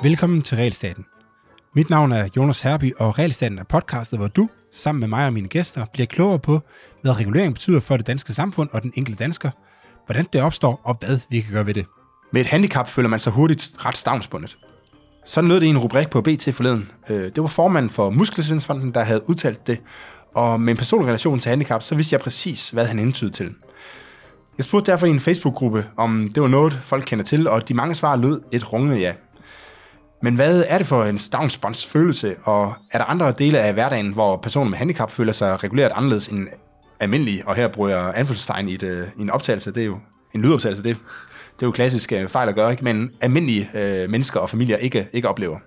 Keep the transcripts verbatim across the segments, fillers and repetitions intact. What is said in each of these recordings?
Velkommen til Realstaten. Mit navn er Jonas Herby, og Realstaten er podcastet, hvor du, sammen med mig og mine gæster, bliver klogere på, hvad regulering betyder for det danske samfund og den enkelte dansker, hvordan det opstår og hvad vi kan gøre ved det. Med et handicap føler man sig hurtigt ret stavnsbundet. Sådan lød det i en rubrik på B T forleden. Det var formanden for Muskelsvindfonden, der havde udtalt det, og med en personlig relation til handicap, så vidste jeg præcis, hvad han hentydede til. Jeg spurgte derfor i en Facebook-gruppe, om det var noget, folk kender til, og de mange svar lød et rungende ja. Men hvad er det for en stavnsbåndsfølelse, og er der andre dele af hverdagen, hvor personer med handicap føler sig reguleret anderledes end almindelige? Og her bruger jeg anførselstegn i, et, i en optagelse, det er jo en lydoptagelse, det, det er jo klassisk fejl at gøre, ikke? Men almindelige øh, mennesker og familier ikke, ikke oplever.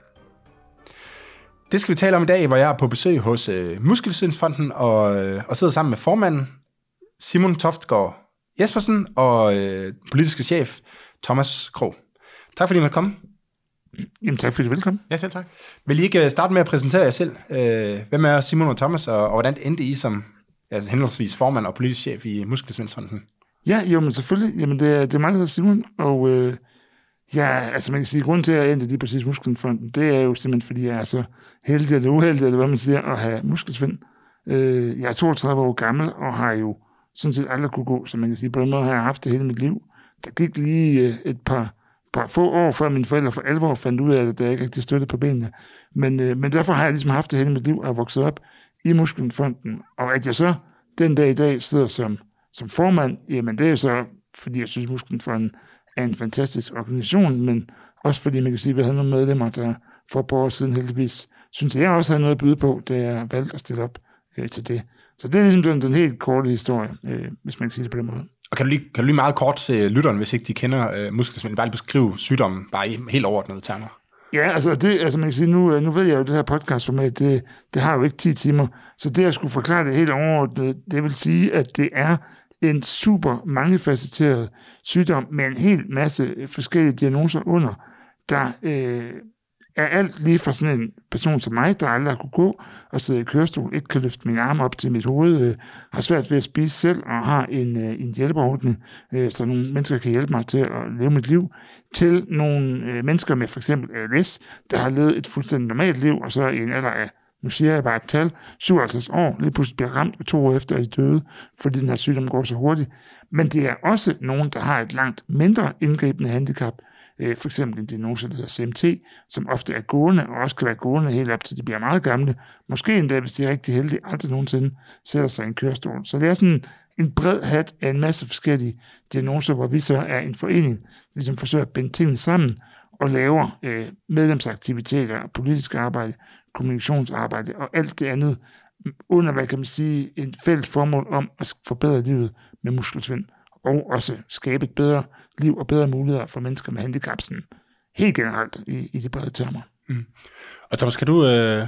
Det skal vi tale om i dag, hvor jeg er på besøg hos øh, Muskelsvindfonden og, øh, og sidder sammen med formanden Simon Toftgaard Jespersen og øh, politiske chef Thomas Krog. Tak fordi I måtte komme. Jamen tak fordi du er velkommen. Ja, selv tak. Vil I ikke starte med at præsentere jer selv? Hvem er Simon og Thomas, og, og hvordan endte I som altså, henholdsvis formand og politisk chef i Muskelsvindfonden? Ja, jo, men selvfølgelig. Jamen, det er, det er mig, der hedder Simon, og øh, ja, altså man kan sige, grunden til, at jeg endte lige præcis Muskelsvindfonden, det er jo simpelthen, fordi jeg er så heldig eller uheldig, eller hvad man siger, at have muskelsvind. Øh, jeg er toogtredive år gammel, og har jo sådan set aldrig kunne gå, så man kan sige, på den måde har jeg haft det hele mit liv. Der gik lige øh, et par par få år før mine forældre for alvor fandt ud af det, da jeg ikke rigtig støttede på benene. Men, øh, men derfor har jeg ligesom haft det hele mit liv og vokset op i Muskelsvindfonden. Og at jeg så den dag i dag sidder som, som formand, jamen det er jo så, fordi jeg synes, Muskelsvindfonden er en fantastisk organisation, men også fordi man kan sige, at vi havde nogle medlemmer, der for et par år siden heldigvis synes jeg også havde noget at byde på, da jeg valgte at stille op øh, til det. Så det er ligesom den, den helt korte historie, øh, hvis man kan sige det på den måde. Og kan du lige, kan du lige meget kort til lytteren, hvis ikke de kender øh, muskelsvind, bare lige beskrive sygdommen, bare i helt overordnede termer? Ja, altså, det, altså man kan sige, nu, nu ved jeg jo, det her podcastformat, det, det har jo ikke ti timer, så det at skulle forklare det helt overordnet, det vil sige, at det er en super mangefacetteret sygdom med en hel masse forskellige diagnoser under, der øh, er alt lige fra sådan en person som mig, der aldrig har kunne gå og sidde i kørestol, ikke kan løfte mine arme op til mit hoved, øh, har svært ved at spise selv og har en, øh, en hjælperordning, øh, så nogle mennesker kan hjælpe mig til at leve mit liv, til nogle øh, mennesker med for eksempel A L S, der har levet et fuldstændig normalt liv, og så i en alder af, nu siger jeg bare et tal, syvoghalvtreds år, lige pludselig bliver ramt, og to år efter er de døde, fordi den her sygdom går så hurtigt. Men det er også nogen, der har et langt mindre indgribende handicap, for eksempel en diagnose, der hedder C M T, som ofte er gående, og også kan være gående helt op til de bliver meget gamle. Måske endda, hvis de er rigtig heldige, aldrig nogensinde sætter sig i en kørestol. Så det er sådan en bred hat af en masse forskellige diagnoser, hvor vi så er en forening, ligesom forsøger at binde tingene sammen, og laver øh, medlemsaktiviteter, politisk arbejde, kommunikationsarbejde, og alt det andet, under, hvad kan man sige, en fælles formål om at forbedre livet med muskelsvind, og også skabe et bedre liv og bedre muligheder for mennesker med handicap, sådan helt generelt i, i de brede termer. Mm. Og Thomas, kan du øh,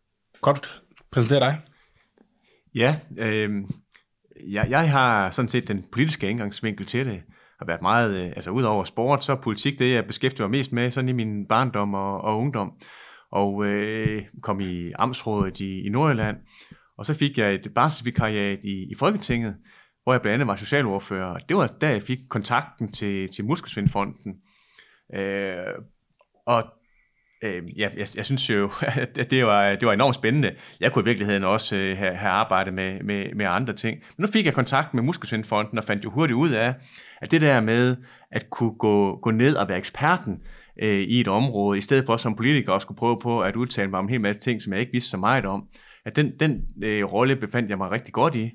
godt præsentere dig? Ja, øh, jeg, jeg har sådan set den politiske indgangsvinkel til det, har været meget, øh, altså ud over sport, så er politik det, jeg beskæftiger mig mest med, sådan i min barndom og, og ungdom, og øh, kom i amtsrådet i, i Nordjylland, og så fik jeg et barselsvikariat i, i Folketinget, hvor jeg blandt andet var socialordfører, og det var da jeg fik kontakten til, til Muskelsvindfonden. Øh, og øh, ja, jeg, jeg synes jo, at det var, det var enormt spændende. Jeg kunne i virkeligheden også øh, have, have arbejdet med, med, med andre ting. Men nu fik jeg kontakt med Muskelsvindfonden og fandt jo hurtigt ud af, at det der med at kunne gå, gå ned og være eksperten øh, i et område, i stedet for som politiker også skulle prøve på at udtale mig om en hel masse ting, som jeg ikke vidste så meget om, at den, den øh, rolle befandt jeg mig rigtig godt i.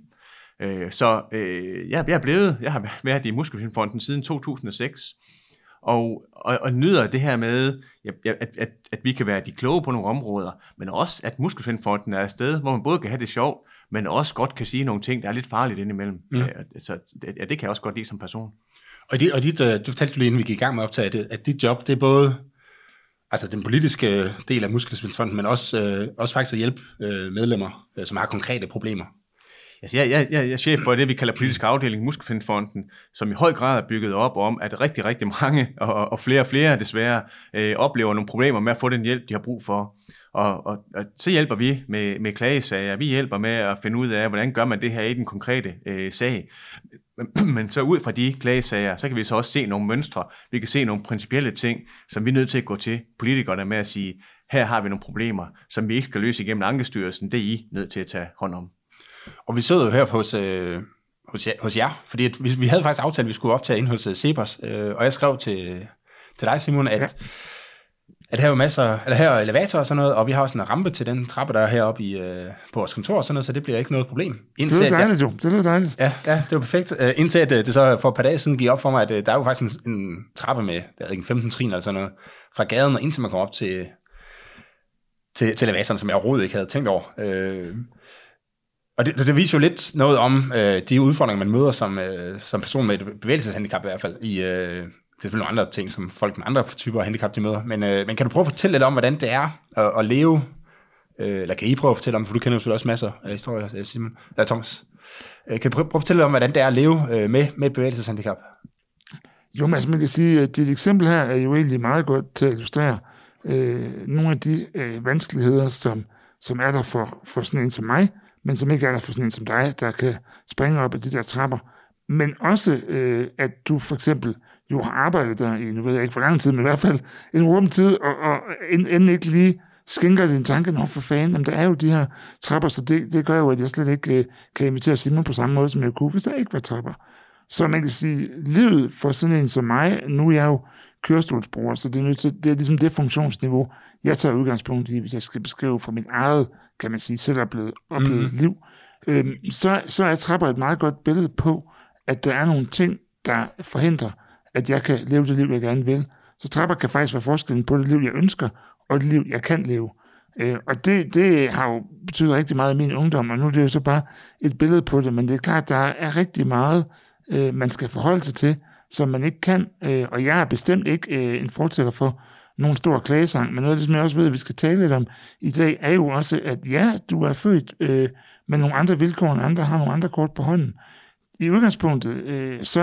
Så øh, jeg er blevet, jeg har været i Muskelsvindfonden siden to tusind og seks, og, og, og nyder det her med, at, at, at vi kan være de kloge på nogle områder, men også at Muskelsvindfonden er et sted, hvor man både kan have det sjovt, men også godt kan sige nogle ting, der er lidt farligt indimellem. Mm. Så ja, det kan jeg også godt lide som person. Og dit, og dit du fortalte lige, inden vi gik i gang med at optage det, at dit job, det er både altså den politiske del af Muskelsvindfonden, men også, øh, også faktisk at hjælpe øh, medlemmer, øh, som har konkrete problemer. Altså, jeg, jeg, jeg er chef for det, vi kalder politisk afdeling Muskelsvindfonden, som i høj grad er bygget op om, at rigtig, rigtig mange, og, og flere og flere desværre, øh, oplever nogle problemer med at få den hjælp, de har brug for. Og, og, og så hjælper vi med, med klagesager. Vi hjælper med at finde ud af, hvordan gør man det her i den konkrete øh, sag. Men, men så ud fra de klagesager, så kan vi så også se nogle mønstre. Vi kan se nogle principielle ting, som vi er nødt til at gå til politikerne med at sige, her har vi nogle problemer, som vi ikke skal løse igennem Ankestyrelsen. Det er I nødt til at tage hånd om. Og vi sidder jo her hos, øh, hos, jer, hos jer, fordi at vi, vi havde faktisk aftalt, at vi skulle optage ind hos uh, Cepos, øh, og jeg skrev til, til dig, Simon, at, ja. at her er jo masser, eller her er elevator og sådan noget, og vi har også en rampe til den trappe, der er heroppe i, øh, på vores kontor og sådan noget, så det bliver ikke noget problem. Indtil, det er dejligt, jo. Det er dejligt. Ja, ja, det var perfekt. Uh, indtil at det så for et par dage siden gik op for mig, at uh, der er jo faktisk en, en trappe med, der er ikke femten trin eller sådan noget, fra gaden og indtil man kommer op til, til, til elevatoren, som jeg overhovedet ikke havde tænkt over. Øh, Og det, det viser jo lidt noget om øh, de udfordringer, man møder som, øh, som person med et bevægelseshandicap i hvert fald. I, øh, det er selvfølgelig nogle andre ting, som folk med andre typer af handicap, de møder. Men, øh, men kan du prøve at fortælle lidt om, hvordan det er at, at leve, øh, eller kan I prøve at fortælle om, for du kender jo selvfølgelig også masser af historier, Simon, eller Thomas. Øh, kan du prøve, prøve at fortælle lidt om, hvordan det er at leve øh, med, med et bevægelseshandicap? Jo, men altså man kan sige, at dit eksempel her er jo egentlig meget godt til at illustrere øh, nogle af de øh, vanskeligheder, som, som er der for, for sådan en som mig, men som ikke er der for sådan en som dig, der kan springe op af de der trapper. Men også, øh, at du for eksempel jo har arbejdet der i, nu ved jeg ikke for lang tid, men i hvert fald en rumtid, og, og end ikke lige skænker din tanke, nå for fanden, jamen der er jo de her trapper, så det, det gør jo, at jeg slet ikke øh, kan invitere Simon på samme måde, som jeg kunne, hvis der ikke var trapper. Så man kan sige, livet for sådan en som mig, nu er jeg jo kørestolsbruger, så det er, nødt til, det er ligesom det funktionsniveau, jeg tager udgangspunkt i, hvis jeg skal beskrive for mit eget, kan man sige, selv oplevet, oplevet mm. liv. Øhm, så, så er trapper et meget godt billede på, at der er nogle ting, der forhindrer, at jeg kan leve det liv, jeg gerne vil. Så trapper kan faktisk være forskellen på det liv, jeg ønsker, og det liv, jeg kan leve. Øh, og det, det har jo betydet rigtig meget i min ungdom, og nu er det jo så bare et billede på det, men det er klart, der er rigtig meget, øh, man skal forholde sig til, som man ikke kan, øh, og jeg er bestemt ikke øh, en fortæller for nogen stor klagesang, men noget af det, som jeg også ved, at vi skal tale lidt om i dag, er jo også, at ja, du er født øh, med nogle andre vilkår, end andre har nogle andre kort på hånden. I udgangspunktet, øh, så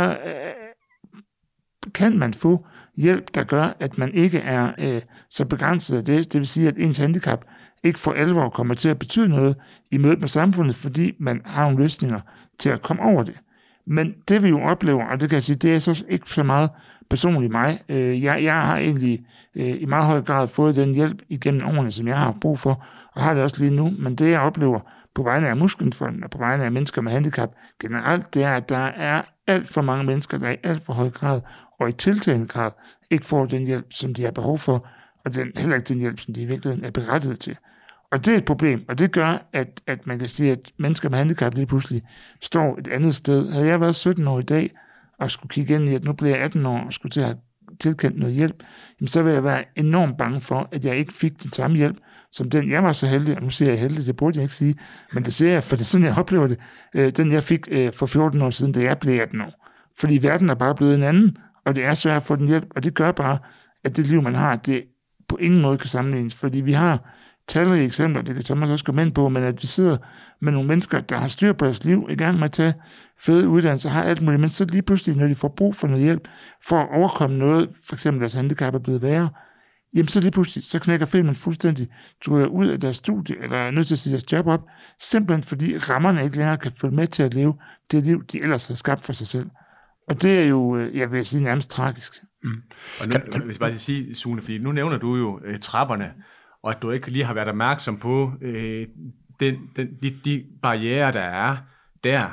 øh, kan man få hjælp, der gør, at man ikke er øh, så begrænset af det. Det vil sige, at ens handicap ikke for alvor kommer til at betyde noget i mødet med samfundet, fordi man har nogle løsninger til at komme over det. Men det vi jo oplever, og det kan jeg sige, det er så ikke så meget personligt mig. Jeg, jeg har egentlig i meget høj grad fået den hjælp igennem årene, som jeg har brug for, og har det også lige nu. Men det jeg oplever på vegne af Muskelfonden og på vegne af mennesker med handicap generelt, det er, at der er alt for mange mennesker, der i alt for høj grad og i tiltagende grad ikke får den hjælp, som de har behov for, og den, heller ikke den hjælp, som de i virkeligheden er berettiget til. Og det er et problem, og det gør, at, at man kan sige, at mennesker med handicap lige pludselig står et andet sted. Havde jeg været sytten år i dag, og skulle kigge ind i, at nu bliver jeg atten år, og skulle til at have tilkendt noget hjælp, jamen så vil jeg være enormt bange for, at jeg ikke fik den samme hjælp, som den jeg var så heldig, og nu siger jeg heldig, det burde jeg ikke sige, men det siger jeg, for det er sådan, jeg oplever det, øh, den jeg fik øh, for fjorten år siden, da jeg blev atten år. Fordi verden er bare blevet en anden, og det er svært at få den hjælp, og det gør bare, at det liv, man har, det på ingen måde kan sammenlignes, fordi vi har talrige eksempler, det kan Thomas også komme ind på, men at vi sidder med nogle mennesker, der har styr på deres liv, i gang med at tage fede uddannelser, har alt muligt, men så lige pludselig, når de får brug for noget hjælp, for at overkomme noget, for eksempel deres handicap er blevet værre, jamen så lige pludselig, så knækker filmen fuldstændig, tror ud af deres studie, eller er nødt til at sige deres job op, simpelthen fordi rammerne ikke længere kan følge med til at leve det liv, de ellers har skabt for sig selv. Og det er jo, jeg vil sige, nærmest tragisk. Mm. Og nu, kan, hvis jeg bare sige, Sune, fordi nu nævner du jo øh, trapperne, og at du ikke lige har været opmærksom på øh, den, den, de, de barrierer, der er der.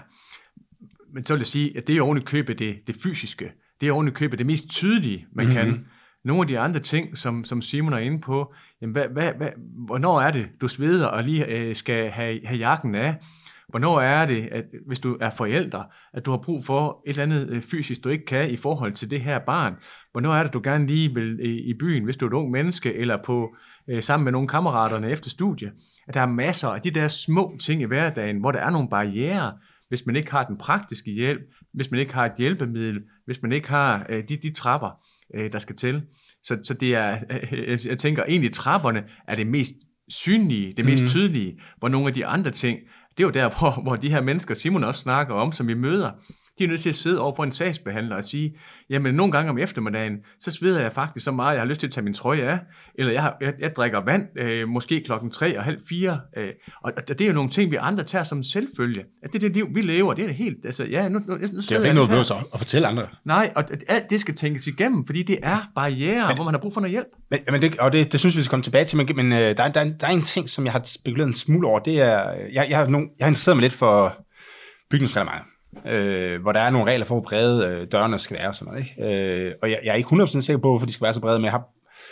Men så vil jeg sige, at det er jo oven i købet det, det fysiske. Det er oven i købet det mest tydelige, man mm-hmm. kan. Nogle af de andre ting, som, som Simon er inde på, jamen, hvad, hvad, hvad, hvornår er det, du sveder og lige øh, skal have, have jakken af? Hvornår er det, at hvis du er forældre, at du har brug for et eller andet øh, fysisk, du ikke kan i forhold til det her barn? Hvornår er det, du gerne lige vil øh, i byen, hvis du er et ung menneske, eller på øh, sammen med nogle kammeraterne efter studie? At der er masser af de der små ting i hverdagen, hvor der er nogle barrierer, hvis man ikke har den praktiske hjælp, hvis man ikke har et hjælpemiddel, hvis man ikke har øh, de, de trapper, øh, der skal til. Så, så det er, øh, jeg tænker egentlig, trapperne er det mest synlige, det mest mm. tydelige, hvor nogle af de andre ting, det er jo der, hvor, hvor de her mennesker, Simon også snakker om, som vi møder, De er nødt til at sidde over for en sagsbehandler og sige, jamen nogle gange om eftermiddagen, så sveder jeg faktisk så meget, jeg har lyst til at tage min trøje af, eller jeg, har, jeg, jeg drikker vand, øh, måske klokken tre og halv fire, øh, og det er jo nogle ting, vi andre tager som selvfølge. Altså, det er det liv, vi lever, det er det helt, altså, ja, nu, nu, nu det er jo ikke noget, du at fortælle andre. Nej, og alt det skal tænkes igennem, fordi det er barrierer, men, hvor man har brug for noget hjælp. Men, men det, og det, det synes vi skal komme tilbage til, men, men øh, der, der, der, der er en ting, som jeg har spekuleret en smule over, det er, jeg, jeg, har, nogle, jeg har interesseret mig lidt for bygningsreglementer. Øh, hvor der er nogle regler for, hvor brede øh, dørene skal være og sådan noget, ikke? Øh, og jeg, jeg er ikke hundrede procent sikker på, hvorfor de skal være så brede, men jeg har...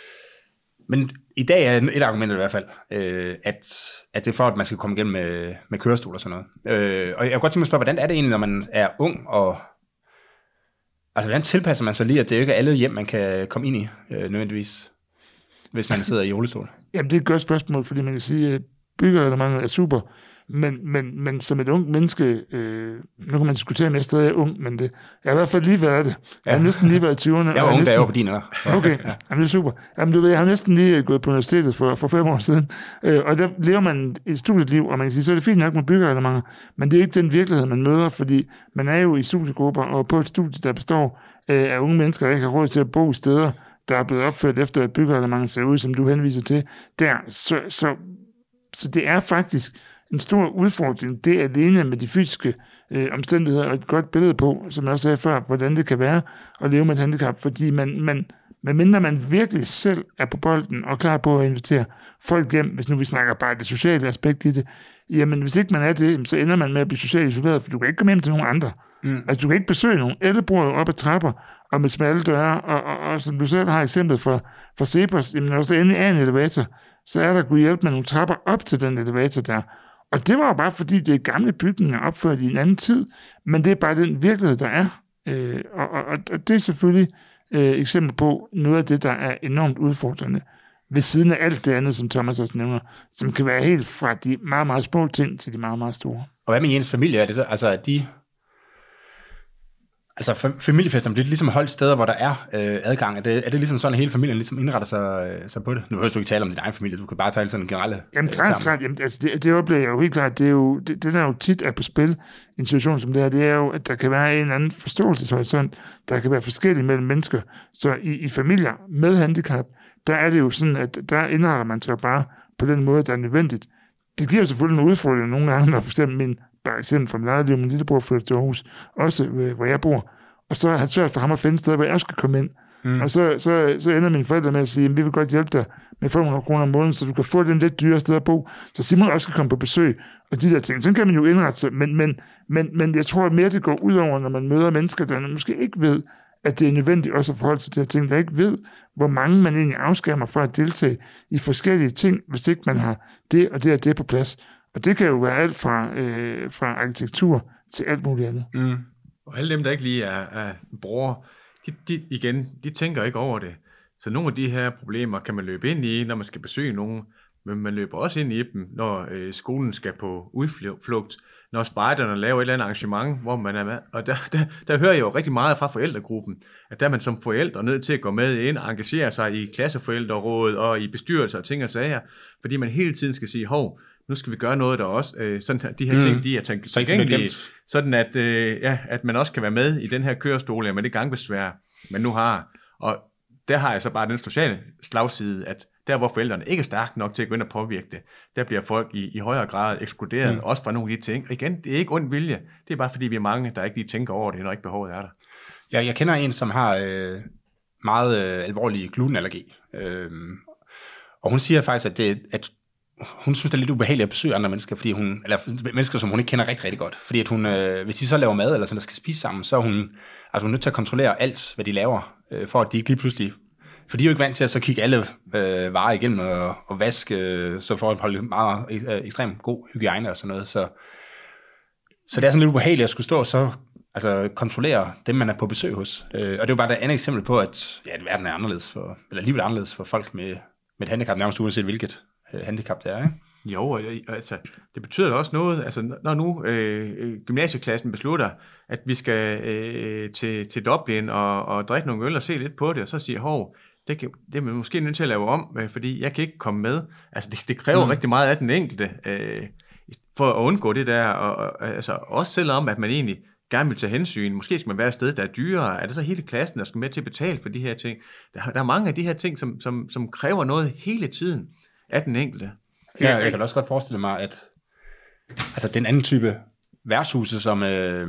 Men i dag er et argument i hvert fald, øh, at, at det er for, at man skal komme igennem med, med kørestol og sådan noget. Øh, og jeg kunne godt tænke mig at spørge, hvordan er det egentlig, når man er ung, og altså, hvordan tilpasser man sig lige, at det er ikke alle hjem, man kan komme ind i, øh, nødvendigvis, hvis man sidder i rullestol? Jamen, det er et godt spørgsmål, fordi man kan sige, at byggereglementer er super, men, men, men som et ung menneske, øh, nu kan man diskutere, om jeg stadig er ung, men det, jeg har i hvert fald lige været det. Jeg har Ja. næsten lige været i tyverne. Jeg var ung, da jeg var på din alder. Okay, ja. Jamen, det er super. Jamen, du ved, jeg har næsten lige gået på universitetet for, for fem år siden, øh, og der lever man et studieliv, og man kan sige, så er det fint nok med byggereglementer, men det er ikke den virkelighed, man møder, fordi man er jo i studiegrupper, og på et studie, der består øh, af unge mennesker, der ikke har råd til at bo steder, der er blevet opført efter, at byggereglementet ser ud, som du henviser til, der, så, så, så det er faktisk en stor udfordring, det alene med de fysiske øh, omstændigheder, og et godt billede på, som jeg også sagde før, hvordan det kan være at leve med et handicap, fordi man, man, medmindre man virkelig selv er på bolden og klar på at invitere folk hjem, hvis nu vi snakker bare det sociale aspekt i det, jamen hvis ikke man er det, så ender man med at blive socialt isoleret, for du kan ikke komme hjem til nogen andre. Mm. Altså du kan ikke besøge nogen. Alle bor jo op ad trapper, og med smalle døre, og, og, og, og som du selv har eksemplet fra, fra Cepos, jamen når du så endelig er en elevator, så er der kunne hjælpe med nogle trapper op til den elevator der. Og det var jo bare fordi, det er gamle bygninger opført i en anden tid, men det er bare den virkelighed, der er. Øh, og, og, og det er selvfølgelig øh, eksempel på noget af det, der er enormt udfordrende, ved siden af alt det andet, som Thomas også nævner, som kan være helt fra de meget, meget små ting til de meget, meget store. Og hvad med Jens familie? Er det så, altså, at de... Altså familiefester, det er ligesom holdt steder, hvor der er øh, adgang. Er det, er det ligesom sådan, at hele familien ligesom indretter sig, øh, sig på det? Nu behøver du ikke tale om din egen familie, du kan bare tale sådan en generelle... Jamen klart, øh, klart. Jamen, altså, det, det oplever jeg jo helt klart. Det er jo, det, det der jo tit er på spil i en situation som det her, det er jo, at der kan være en eller anden forståelseshorisont, der kan være forskellige mellem mennesker. Så i, i familier med handicap, der er det jo sådan, at der indretter man sig bare på den måde, der er nødvendigt. Det giver jo selvfølgelig nogle udfordringer nogle gange, når for eksempel min, bare eksempel fra min eget liv, min lillebror flytter til Aarhus, også hvor jeg bor, og så er det svært for ham at finde et sted, hvor jeg skal komme ind. Mm. Og så, så, så ender mine forældre med at sige, at vi vil godt hjælpe dig med fem hundrede kroner om måneden, så du kan få den lidt dyre sted at bo, så Simon også kan komme på besøg, og de der ting. Sådan kan man jo indrette sig, men, men, men, men jeg tror, at mere det går ud over, når man møder mennesker, der måske ikke ved, at det er nødvendigt også at forholde sig til de her ting, der ikke ved, hvor mange man egentlig afskærmer for at deltage i forskellige ting, hvis ikke man har det og det og det på plads. Og det kan jo være alt fra, øh, fra arkitektur til alt muligt andet. Mm. Og alle dem, der ikke lige er, er brugere, de, de, igen, de tænker ikke over det. Så nogle af de her problemer kan man løbe ind i, når man skal besøge nogen, men man løber også ind i dem, når øh, skolen skal på udflugt, når spejderne laver et eller andet arrangement, hvor man er med. Og der, der, der hører jeg jo rigtig meget fra forældregruppen, at der er man som forældre nødt til at gå med ind og engagere sig i klasseforældrerådet og i bestyrelser og ting og sager, fordi man hele tiden skal sige, hov, nu skal vi gøre noget der også, øh, sådan at de her mm. ting, de er tilgængelige, sådan at, øh, ja, at man også kan være med i den her kørestol, med det gangbesvær, man nu har. Og der har jeg så bare den sociale slagside, at der hvor forældrene ikke er stærke nok til at gå ind og påvirke det, der bliver folk i, i højere grad ekskluderet, mm. også fra nogle af de ting. Og igen, det er ikke ond vilje, det er bare fordi vi er mange, der ikke lige tænker over det, når ikke behovet er der. Ja, jeg kender en, som har øh, meget øh, alvorlig glutenallergi, øh, og hun siger faktisk, at, det, at hun synes, det er lidt ubehageligt at besøge andre mennesker, fordi hun, eller mennesker, som hun ikke kender rigtig, rigtig godt. Fordi at hun, øh, hvis de så laver mad, eller sådan, der skal spise sammen, så er hun, altså hun er nødt til at kontrollere alt, hvad de laver, øh, for at de ikke lige pludselig... For de er jo ikke vant til at så kigge alle øh, varer igennem og, og vaske, øh, så for at holde meget øh, ekstremt god hygiejne og sådan noget. Så, så det er sådan lidt ubehageligt at skulle stå og så altså, kontrollere dem, man er på besøg hos. Øh, og det er jo bare et andet eksempel på, at ja, verden er anderledes for, eller livet er anderledes for folk med, med et handicap, nærmest uanset hvilket øh, handicap det er, ikke? Jo, altså, det betyder da også noget, altså når nu øh, gymnasieklassen beslutter, at vi skal øh, til, til Dublin og, og drikke nogle øl og se lidt på det, og så siger, hov, det, kan, det er man måske nødt til at lave om, fordi jeg kan ikke komme med. Altså det, det kræver mm. rigtig meget af den enkelte, øh, for at undgå det der, og, og altså også selvom, at man egentlig gerne vil tage hensyn. Måske skal man være et sted, der er dyrere. Er det så hele klassen, der skal med til at betale for de her ting? Der, der er mange af de her ting, som, som, som kræver noget hele tiden af den enkelte. Ja, jeg kan også godt forestille mig, at altså, den anden type værtshuse, som, øh,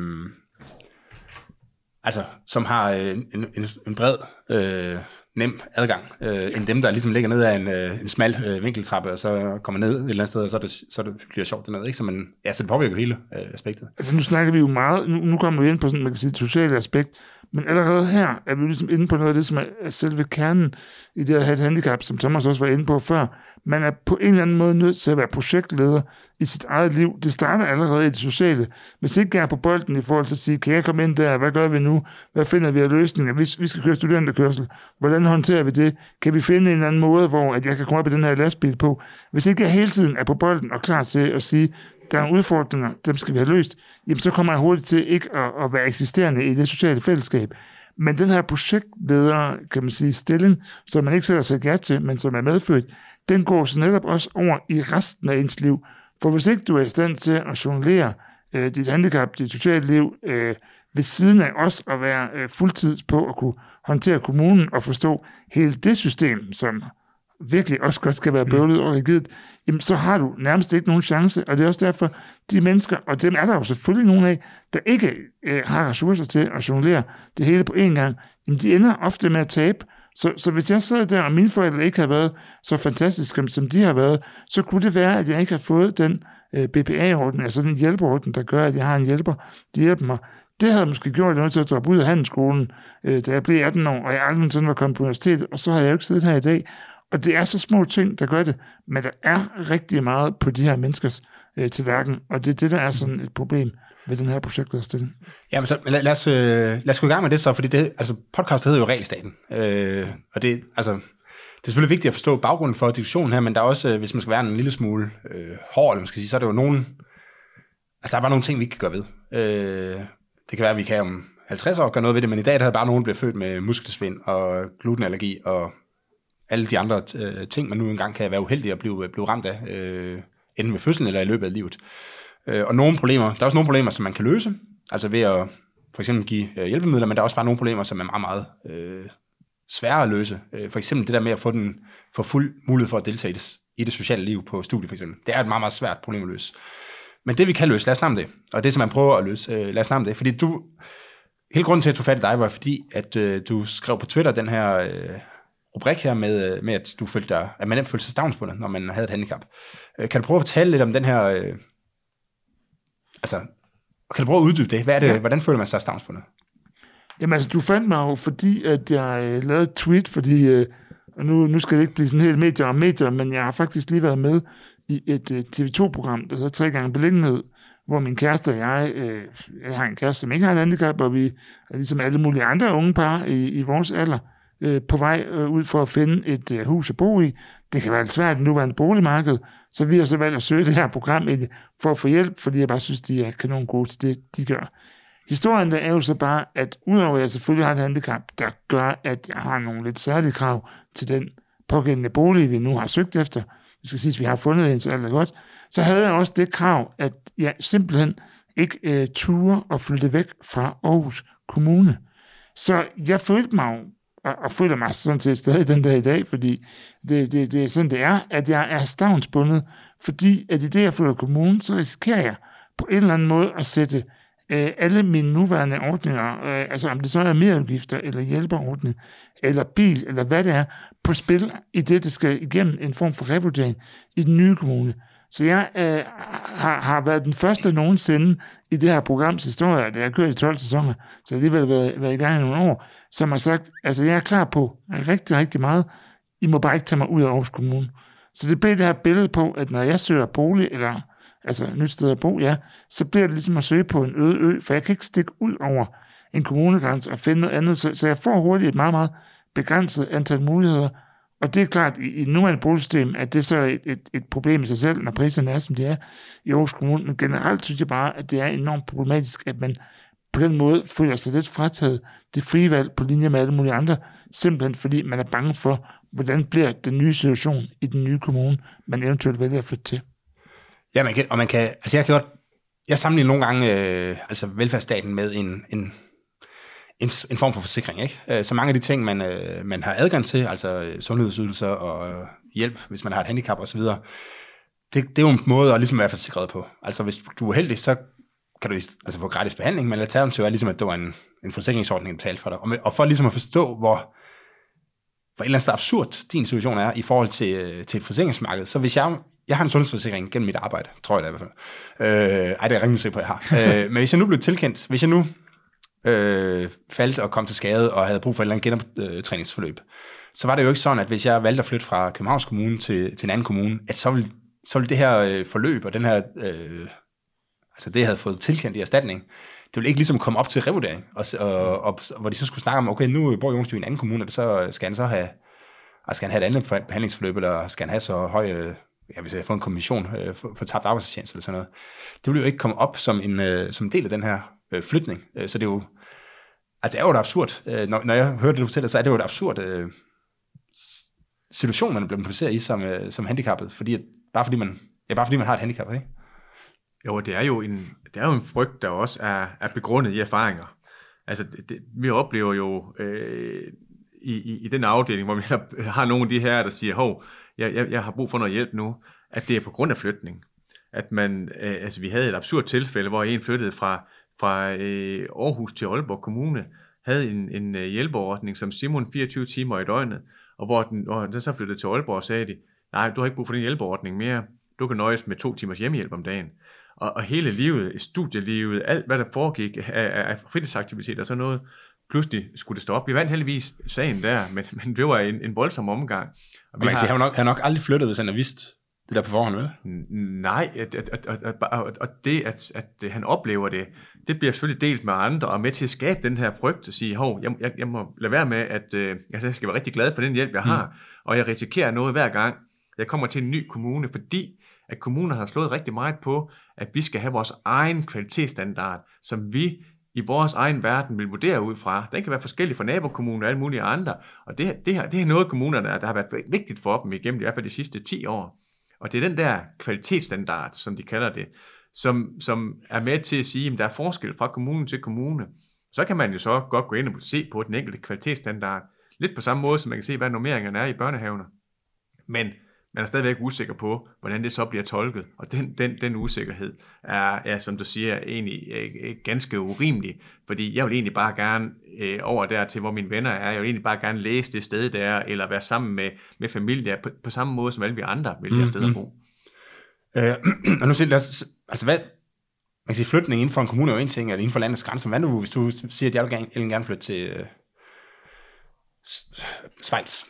altså, som har en, en, en bred, øh, nem adgang, øh, end dem, der ligesom ligger ned af en, øh, en smal øh, vinkeltrappe, og så kommer ned et eller andet sted, og så er det, så er det hyggeligt og sjovt dernede, ikke? Så, man, ja, så det påvirker hele øh, aspektet. Altså nu snakker vi jo meget, nu, nu kommer vi ind på sådan, man kan sige, det sociale aspekt, men allerede her er vi jo ligesom inde på noget af det, som er selve kernen i det at have et handicap, som Thomas også var inde på før. Man er på en eller anden måde nødt til at være projektleder i sit eget liv. Det starter allerede i det sociale. Hvis ikke jeg er på bolden i forhold til at sige, kan jeg komme ind der, hvad gør vi nu? Hvad finder vi af løsninger? Vi, vi skal køre studenterkørsel. Hvordan håndterer vi det? Kan vi finde en eller anden måde, hvor at jeg kan komme op i den her lastbil på? Hvis ikke jeg hele tiden er på bolden og klar til at sige, der er udfordringer, dem skal vi have løst, jamen så kommer jeg hurtigt til ikke at, at være eksisterende i det sociale fællesskab. Men den her projektleder, kan man sige, stilling, som man ikke sætter sig gæt til, men som er medfødt, den går så netop også over i resten af ens liv. For hvis ikke du er i stand til at jonglere øh, dit handicap, dit sociale liv, øh, ved siden af os at være øh, fuldtids på at kunne håndtere kommunen og forstå hele det system, som virkelig også godt skal være bøvlet og rigidt, jamen så har du nærmest ikke nogen chance, og det er også derfor, de mennesker, og dem er der jo selvfølgelig nogen af, der ikke øh, har ressourcer til at jonglere det hele på én gang, jamen de ender ofte med at tabe. Så, så hvis jeg sad der, og mine forældre ikke har været så fantastiske, som de har været, så kunne det være, at jeg ikke har fået den øh, B P A-ordning, altså den hjælperordning, der gør, at jeg har en hjælper, de hjælper mig. Det havde måske gjort noget til at droppe ud af handelsskolen, øh, da jeg blev atten år, og jeg aldrig sådan var kommet på universitetet, og så har jeg jo ikke siddet her i dag. Og det er så små ting, der gør det, men der er rigtig meget på de her menneskers øh, tallerken, og det er det, der er sådan et problem ved den her projektlederstilling. Jamen så lad, lad, os, øh, lad os gå i gang med det så, fordi det, altså, podcast hedder jo Regelstaten, øh, og det, altså, det er selvfølgelig vigtigt at forstå baggrunden for diskussionen her, men der er også, hvis man skal være en lille smule øh, hård, eller man skal sige, så er der jo nogen, altså der er bare nogle ting, vi ikke kan gøre ved. Øh, det kan være, at vi kan om halvtreds år gøre noget ved det, men i dag der er bare nogen, der bliver født med muskelsvind og glutenallergi og alle de andre øh, ting, man nu engang kan være uheldig at blive, blive ramt af, øh, enten ved fødslen eller i løbet af livet. Øh, og nogle problemer, der er også nogle problemer, som man kan løse, altså ved at for eksempel give øh, hjælpemidler, men der er også bare nogle problemer, som er meget, meget øh, svære at løse. Øh, for eksempel det der med at få, den, få fuld mulighed for at deltage i det, i det sociale liv på studiet, for eksempel. Det er et meget, meget svært problem at løse. Men det vi kan løse, lad os snakke om det. Og det som man prøver at løse, øh, lad os snakke om det. Fordi du, hele grunden til at du fat i dig, var fordi, at øh, du skrev på Twitter den her øh, rubrik her med, med at du følte dig, at man nemt følte sig stavnsbundet, når man havde et handicap. Øh, kan du prøve at fortælle lidt om den her, øh, altså, kan du prøve at uddybe det? Hvad er det, ja. Hvordan føler man sig stavnsbundet? Jamen altså, du fandt mig jo, fordi at jeg øh, lavede et tweet, fordi, øh, og nu, nu skal det ikke blive sådan helt medier om medier, men jeg har faktisk lige været med i et øh, T V to-program, der hedder Tre gange beliggenhed, hvor min kæreste og jeg, øh, jeg har en kæreste, som ikke har et handicap, og vi er ligesom alle mulige andre unge par i, i vores alder, øh, på vej øh, ud for at finde et øh, hus at bo i. Det kan være lidt svært i nuværende boligmarked, så vi har så valgt at søge det her program egentlig, for at få hjælp, fordi jeg bare synes, de er kanon gode til det, de gør. Historien der er jo så bare, at udover at jeg selvfølgelig har et handicap, der gør, at jeg har nogle lidt særlige krav til den pågældende bolig, vi nu har søgt efter, det skal sige, at vi har fundet en, så alt er godt, så havde jeg også det krav, at jeg simpelthen ikke øh, turde at flytte væk fra Aarhus Kommune. Så jeg følte mig jo, og, og føler mig sådan set stadig den dag i dag, fordi det, det, det er sådan, det er, at jeg er stavnsbundet, fordi at i det, jeg flytter kommunen, så risikerer jeg på en eller anden måde at sætte øh, alle mine nuværende ordninger, øh, altså om det så er merudgifter, eller hjælperordning, eller bil, eller hvad det er, på spil i det, der skal igennem en form for revurdering i den nye kommune. Så jeg øh, har, har været den første nogensinde i det her programs historie, da jeg har kørt i tolv sæsoner, så jeg har alligevel været, været i gang i nogle år, som har sagt, altså jeg er klar på rigtig, rigtig meget, I må bare ikke tage mig ud af Aarhus Kommune. Så det bliver det her billede på, at når jeg søger bolig, eller altså nyt sted at bo, ja, så bliver det ligesom at søge på en øde ø, for jeg kan ikke stikke ud over en kommunegrænse og finde noget andet, så, så jeg får hurtigt et meget, meget begrænset antal muligheder. Og det er klart, i, i nuværende boligsystem, at det er så et, et, et problem i sig selv, når priserne er, som de er i Aarhus Kommune. Men generelt synes jeg bare, at det er enormt problematisk, at man på den måde føler sig lidt frataget det frie valg på linje med alle mulige andre, simpelthen fordi man er bange for, hvordan bliver den nye situation i den nye kommune, man eventuelt vælger at flytte til. Ja, man kan, og man kan, altså jeg kan godt, jeg sammenligner nogle gange øh, altså velfærdsstaten med en, en, en, en form for forsikring, ikke? Øh, så mange af de ting, man, øh, man har adgang til, altså øh, sundhedsydelser og øh, hjælp, hvis man har et handicap osv., det, det er jo en måde at ligesom være forsikret på. Altså hvis du er heldig, så kan du altså få gratis behandling, men alternativet er ligesom, at det var en, en forsikringsordning, der betalte for dig. Og, med, og for ligesom at forstå, hvor hvor et eller andet sted absurd din situation er i forhold til, til et forsikringsmarked. Så hvis jeg, jeg har en sundhedsforsikring gennem mit arbejde, tror jeg da i hvert fald. Øh, ej, det er jeg rimelig sikker på, at jeg har. øh, men hvis jeg nu blev tilkendt, hvis jeg nu øh, faldt og kom til skade og havde brug for et eller andet genoptræningsforløb, så var det jo ikke sådan, at hvis jeg valgte at flytte fra Københavns Kommune til, til en anden kommune, at så ville, så ville det her øh, forløb og den her, øh, altså det, jeg havde fået tilkendt i erstatning, det ville ikke ligesom komme op til revurdering, og, og, og, hvor de så skulle snakke om, okay, nu bor Jonas i en anden kommune, og så skal han så have, altså skal han have et andet behandlingsforløb, eller skal han have så høj, ja, hvis jeg får en kommission for, for tabt arbejdsfortjeneste eller sådan noget. Det ville jo ikke komme op som en, som en del af den her øh, flytning. Så det er jo, altså det er jo et absurd, når, når jeg hører det, du fortæller, så er det jo et absurd øh, situation, man er blevet placeret i som, øh, som handicappet, fordi at, bare fordi man, ja, bare fordi man har et handicap, ikke? Jo, det er jo en, det er jo en frygt, der også er, er begrundet i erfaringer. Altså, det, vi oplever jo øh, i, i, i den afdeling, hvor vi har nogle af de her, der siger, hov, jeg, jeg, jeg har brug for noget hjælp nu, at det er på grund af flytning. At man, øh, altså vi havde et absurd tilfælde, hvor en flyttede fra, fra øh, Aarhus til Aalborg Kommune, havde en, en hjælpeordning som Simon fireogtyve timer i døgnet, og hvor den, hvor den så flyttede til Aalborg, sagde de, nej, du har ikke brug for den hjælpeordning mere, du kan nøjes med to timers hjemmehjælp om dagen. Og, og hele livet, studielivet, alt hvad der foregik af, af fritidsaktiviteter og sådan noget, pludselig skulle det stoppe. Vi vandt heldigvis sagen der, men, men det var en, en voldsom omgang. Og vi man kan sige, han har nok, han nok aldrig flyttet, hvis han har vidst det der på forhånd, vel? Nej, at, at, at, at, at, at det, at, at han oplever det, det bliver selvfølgelig delt med andre, og med til at skabe den her frygt, og sige, hov, jeg, jeg, jeg må lade være med, at øh, jeg skal være rigtig glad for den hjælp, jeg har, mm. og jeg risikerer noget hver gang, jeg kommer til en ny kommune, fordi at kommuner har slået rigtig meget på, at vi skal have vores egen kvalitetsstandard, som vi i vores egen verden vil vurdere ud fra. Den kan være forskellig fra nabokommuner og alle mulige andre, og det, det, her, det er noget kommunerne, der har været vigtigt for dem igennem i hvert fald de sidste ti år. Og det er den der kvalitetsstandard, som de kalder det, som, som er med til at sige, at der er forskel fra kommune til kommune. Så kan man jo så godt gå ind og se på den enkelte kvalitetsstandard, lidt på samme måde, som man kan se, hvad normeringerne er i børnehaverne. Men man er stadigvæk usikker på, hvordan det så bliver tolket, og den, den, den usikkerhed er, er, som du siger, egentlig er ganske urimelig, fordi jeg vil egentlig bare gerne øh, over der til, hvor mine venner er, jeg vil egentlig bare gerne læse det sted der, eller være sammen med, med familie, på, på samme måde som alle vi andre vil have sted at bo. Øh, og nu siger altså hvad, man kan sige, flytning inden for en kommune er jo en ting, eller inden for landets grænser. Hvad nu, hvis du siger, at jeg vil gerne, jeg vil gerne flytte til øh, Schweiz?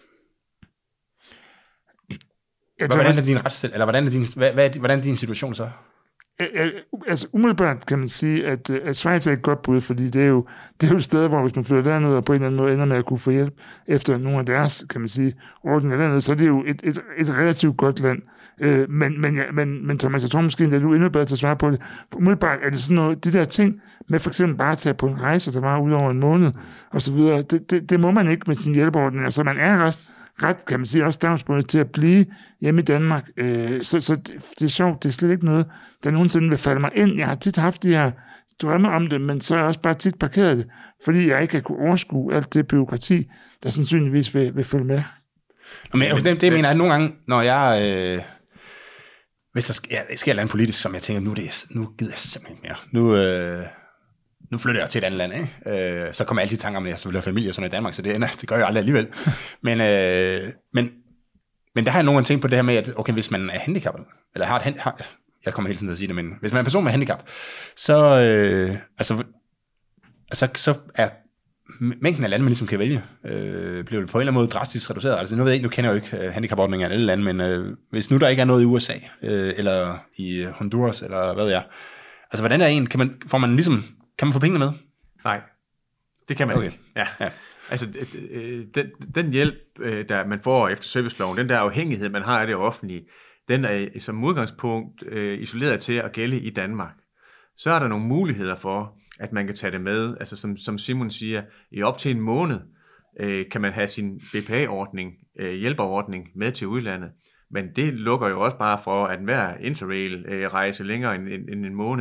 Hvordan er din retsstil, eller hvordan er din, hvad, hvad er, hvordan er din situation så? Altså umiddelbart kan man sige, at, at Schweiz er et godt bud, fordi det er jo det er jo et sted, hvor hvis man flytter derned og på en eller anden måde ender med at kunne få hjælp efter nogle af deres, kan man sige, ordninger dernede, så er det jo et, et, et relativt godt land. Øh, men, men, ja, men, men Thomas, jeg tror måske, at du er endnu bedre til at svare på det. For umiddelbart er det sådan noget, de der ting med for eksempel bare at tage på en rejse, der var ud over en måned, og så videre, det, det, det må man ikke med sin hjælpeordning. Så man er ret, ret kan man sige, også stavnsbundet til at blive hjemme i Danmark. Øh, så så det, det er sjovt, det er slet ikke noget, der nogensinde vil falde mig ind. Jeg har tit haft de her drømme om det, men så er jeg også bare tit parkeret det, fordi jeg ikke har kunne overskue alt det bureaukrati, der sandsynligvis vil, vil følge med. Nå, men det, det mener jeg, at nogle gange, når jeg... Øh Hvis der sker, der sker noget politisk, som jeg tænker, nu, det, nu gider jeg simpelthen ikke mere. Nu, øh, nu flytter jeg til et andet land, ikke? Øh, så kommer jeg altid i tanker om, at jeg så vil have familie og sådan i Danmark, så det, ender, det gør jeg aldrig alligevel. men, øh, men, men der har jeg nogle gange tænkt på det her med, at okay, hvis man er handicappet, eller har et har, jeg kommer hele tiden til at sige det, men hvis man er en person med handicap, så, øh, altså, altså, så er mængden af lande, man ligesom kan vælge, øh, bliver på en eller anden måde drastisk reduceret. Altså nu ved jeg ikke, nu kender jeg jo ikke uh, handicapordninger i alle lande, men øh, hvis nu der ikke er noget i U S A, øh, eller i Honduras, eller hvad ved jeg. Altså hvordan er en, kan man, får man ligesom, kan man få pengene med? Nej, det kan man okay. ikke. Ja. Ja. Altså den, den hjælp, der man får efter serviceloven, den der afhængighed, man har af det offentlige, den er som udgangspunkt øh, isoleret til at gælde i Danmark. Så er der nogle muligheder for, at man kan tage det med, altså som, som Simon siger, i op til en måned øh, kan man have sin B P A-ordning, øh, hjælperordning med til udlandet, men det lukker jo også bare for, at hver interrail-rejse øh, længere end, end, end en måned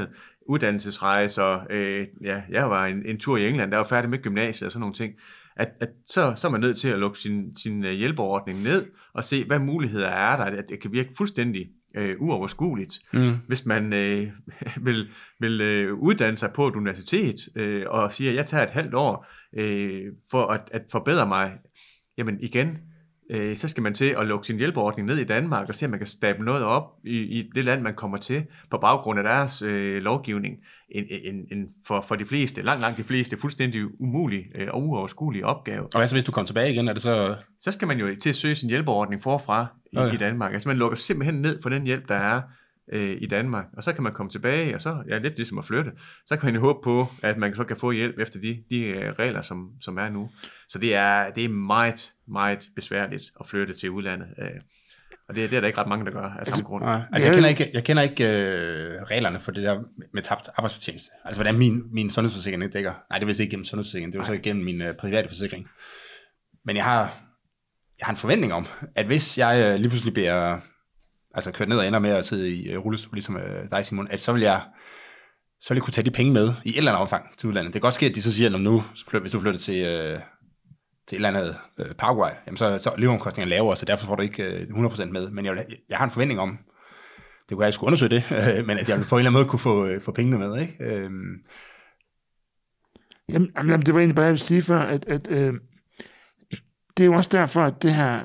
uddannelsesrejser, øh, ja, jeg var en, en tur i England, der var færdig med gymnasiet og sådan nogle ting, at, at så, så er man nødt til at lukke sin, sin hjælpeordning ned og se, hvad muligheder er der, at det kan virke fuldstændig øh, uoverskueligt. Mm. Hvis man øh, vil, vil øh, uddanne sig på et universitet øh, og siger, at jeg tager et halvt år øh, for at, at forbedre mig, jamen igen, øh, så skal man til at lukke sin hjælpeordning ned i Danmark og se, om man kan stable noget op i, i det land, man kommer til, på baggrund af deres øh, lovgivning. En, en, en for, for de fleste, langt, langt de fleste, fuldstændig umulig øh, og uoverskuelig opgave. Og altså, hvis du kommer tilbage igen, er det så... Så skal man jo til at søge sin hjælpeordning forfra i, okay. i Danmark. Altså man lukker simpelthen ned for den hjælp, der er øh, i Danmark, og så kan man komme tilbage, og så ja, lidt ligesom at flytte. Så kan man jo håbe på, at man så kan få hjælp efter de, de øh, regler, som, som er nu. Så det er, det er meget, meget besværligt at flytte til udlandet. Øh, og det, det er der ikke ret mange, der gør af samme grund. Altså jeg kender ikke, jeg kender ikke øh, reglerne for det der med tabt arbejdsfortjeneste. Altså hvordan min, min sundhedsforsikring ikke dækker. Nej, det vil ikke gennem sundhedsforsikringen, det var så igennem min øh, private forsikring. Men jeg har, jeg har en forventning om, at hvis jeg øh, lige pludselig bliver altså kørt ned og ender med at sidde i øh, rullestol, ligesom øh, dig, Simon, at så vil jeg så vil jeg kunne tage de penge med i et eller andet omfang til udlandet. Det kan godt ske, at de så siger, at nu, hvis du flytter til... Øh, til et eller andet øh, Paraguay, jamen så, så er leveomkostningen lavere, så derfor får du ikke øh, hundrede procent med. Men jeg, vil, jeg har en forventning om, det kunne være, at jeg skulle undersøge det, øh, men at jeg på en eller anden måde kunne få, øh, få pengene med. Ikke? Øh. Jamen, jamen, det var egentlig bare, jeg vil sige før, at, at øh, det er jo også derfor, at det her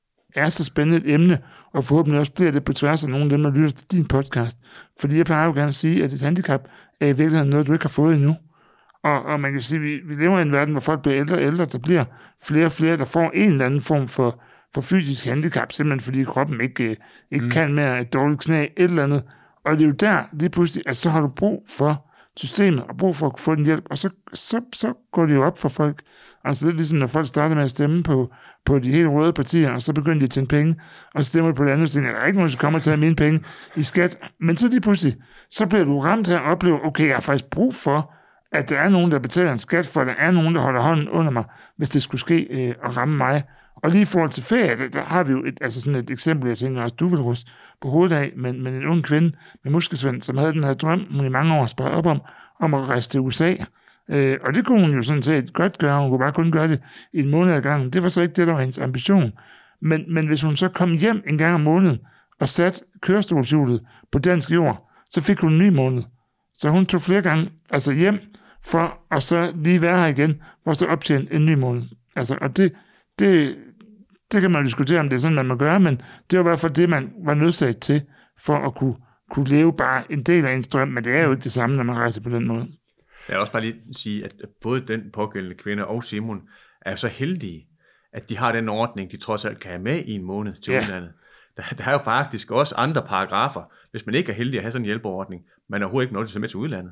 er så spændende et emne, og forhåbentlig også bliver det på tværs af nogle af dem, der lytter til din podcast. Fordi jeg plejer jo gerne at sige, at et handicap er i virkeligheden noget, du ikke har fået endnu. Og, og man kan sige, at vi, vi lever i en verden, hvor folk bliver ældre og ældre. Der bliver flere og flere, der får en eller anden form for, for fysisk handicap, simpelthen fordi kroppen ikke, ikke mm. kan mere, et dårligt knæ, et eller andet. Og det er jo der lige pludselig, at så har du brug for systemet, og brug for at få den hjælp, og så, så, så går det jo op for folk. Altså det er ligesom, når folk starter med at stemme på, på de helt røde partier, og så begynder de at tjene penge, og så stemmer på det andet, og tænker, der er ikke nogen, der kommer til at tage mine penge i skat. Men så lige pludselig, så bliver du ramt her og oplever, okay, jeg har faktisk brug for, at der er nogen, der betaler en skat, for der er nogen, der holder hånden under mig, hvis det skulle ske øh, og ramme mig. Og lige i forhold til ferie, der, der har vi jo et, altså sådan et eksempel, jeg tænker også, du vil ruste på hovedet af, men, men en ung kvinde med muskelsvind, som havde den her drøm, hun i mange år sparet op om, om at rejse til U S A. Øh, og det kunne hun jo sådan set godt gøre, hun kunne bare kun gøre det i en måned ad gangen. Det var så ikke det, der var hendes ambition. Men, men hvis hun så kom hjem en gang om måneden og satte kørestolshjulet på dansk jord, så fik hun en ny måned. Så hun tog flere gange altså hjem, for at så lige være her igen, for så optjene en ny måned. Altså, og det, det, det kan man diskutere, om det er sådan, man må gøre, men det var i hvert fald det, man var nødsaget til, for at kunne, kunne leve bare en del af en drøm, men det er jo ikke det samme, når man rejser på den måde. Jeg vil også bare lige sige, at både den pågældende kvinde og Simon er så heldige, at de har den ordning, de trods alt kan have med i en måned til ja. udlandet. Der, der er jo faktisk også andre paragrafer, hvis man ikke er heldig at have sådan en hjælpeordning, man er overhovedet ikke noget til med til udlandet.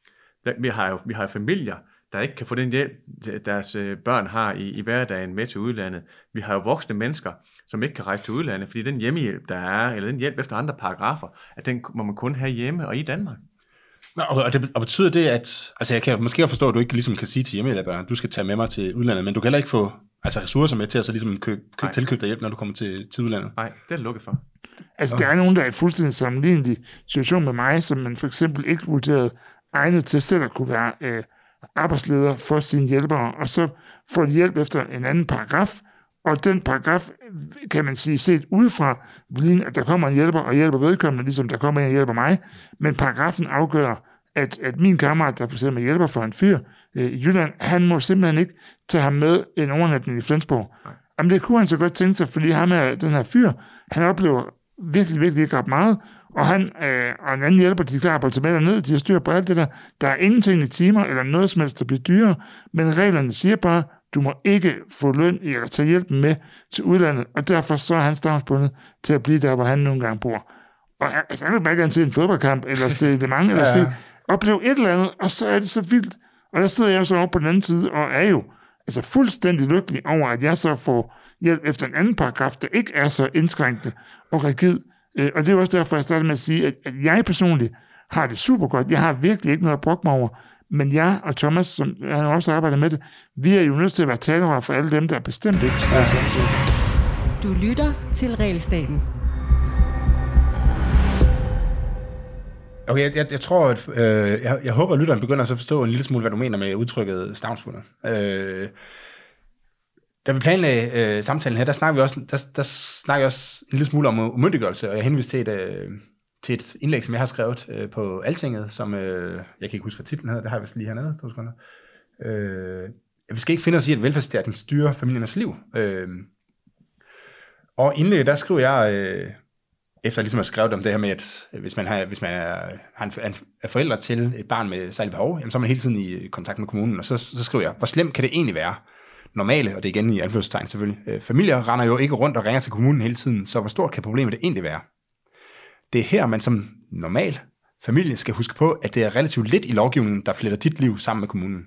Vi har jo vi har familier, der ikke kan få den hjælp, deres børn har i, i hverdagen med til udlandet. Vi har jo voksne mennesker, som ikke kan rejse til udlandet, fordi den hjemmehjælp, der er, eller den hjælp efter andre paragrafer, at den må man kun have hjemme og i Danmark. Nå, og, det, og betyder det, at... Altså jeg kan måske forstå, at du ikke ligesom kan sige til hjemmehjælperen, at du skal tage med mig til udlandet, men du kan heller ikke få altså, ressourcer med til at så ligesom køb, køb, tilkøbe dig hjælp, når du kommer til, til udlandet. Nej, det er det lukket for. Altså der er nogen, der er i fuldstændig sammenlignelig situation med mig, som man for eksempel ikke vurderede egnet til selv at kunne være øh, arbejdsleder for sine hjælpere, og så får de hjælp efter en anden paragraf, og den paragraf, kan man sige, set udefra, at der kommer en hjælper og hjælper vedkommende, ligesom der kommer en og hjælper mig, men paragrafen afgør, at, at min kammerat, der for eksempel hjælper for en fyr øh, i Jylland, han må simpelthen ikke tage ham med en overnatning i Flensborg. Nej. Jamen det kunne han så godt tænke sig, fordi ham er den her fyr, han oplever virkelig, virkelig ikke ret meget, og han øh, og en anden hjælper, de er klar på at tage med derned, de har styr på alt det der. Der er ingenting i timer, eller noget som helst, der bliver dyrere, men reglerne siger bare, du må ikke få løn eller tage hjælpen med til udlandet, og derfor så er han stavnsbundet til at blive der, hvor han nogle gange bor. Og altså, han vil bare gerne se en fodboldkamp, eller se Le Mans, eller ja. se, opleve et eller andet, og så er det så vildt. Og der sidder jeg så over på den anden side, og er jo altså fuldstændig lykkelig over, at jeg så får hjælp efter en anden paragraf, der ikke er så indskrænkende og rigid. Og det er også derfor, jeg starter med at sige, at jeg personligt har det super godt. Jeg har virkelig ikke noget at brokke mig over. Men jeg og Thomas, som han også arbejder med det, vi er jo nødt til at være talerør for alle dem, der bestemt ikke sidder sammen. Du lytter til Realstaten. Okay, jeg, jeg, jeg tror, at øh, jeg, jeg håber, at lytteren begynder at forstå en lille smule, hvad du mener med udtrykket stavnsbundet. Øh, da vi planlagde øh, samtalen her, der snakker vi også, der, der snakker vi også en lille smule om umyndiggørelse, og jeg henviste til et, øh, til et indlæg, som jeg har skrevet øh, på Altinget, som øh, jeg kan ikke huske, hvad titlen hedder, det har jeg vist lige hernede, to sekunder. Øh, vi skal ikke finde os i, at velfærdsstaten styrer familiernes liv. Øh, og indlægget, der skriver jeg... Øh, efter ligesom at skrive om det her med, at hvis man, har, hvis man er, har en, er forældre til et barn med særlige behov, jamen, så er man hele tiden i kontakt med kommunen, og så, så skriver jeg, hvor slemt kan det egentlig være? Normale, og det er igen i anførselstegn selvfølgelig, øh, familier render jo ikke rundt og ringer til kommunen hele tiden, så hvor stort kan problemet det egentlig være? Det er her, man som normal familie skal huske på, at det er relativt lidt i lovgivningen, der fletter dit liv sammen med kommunen.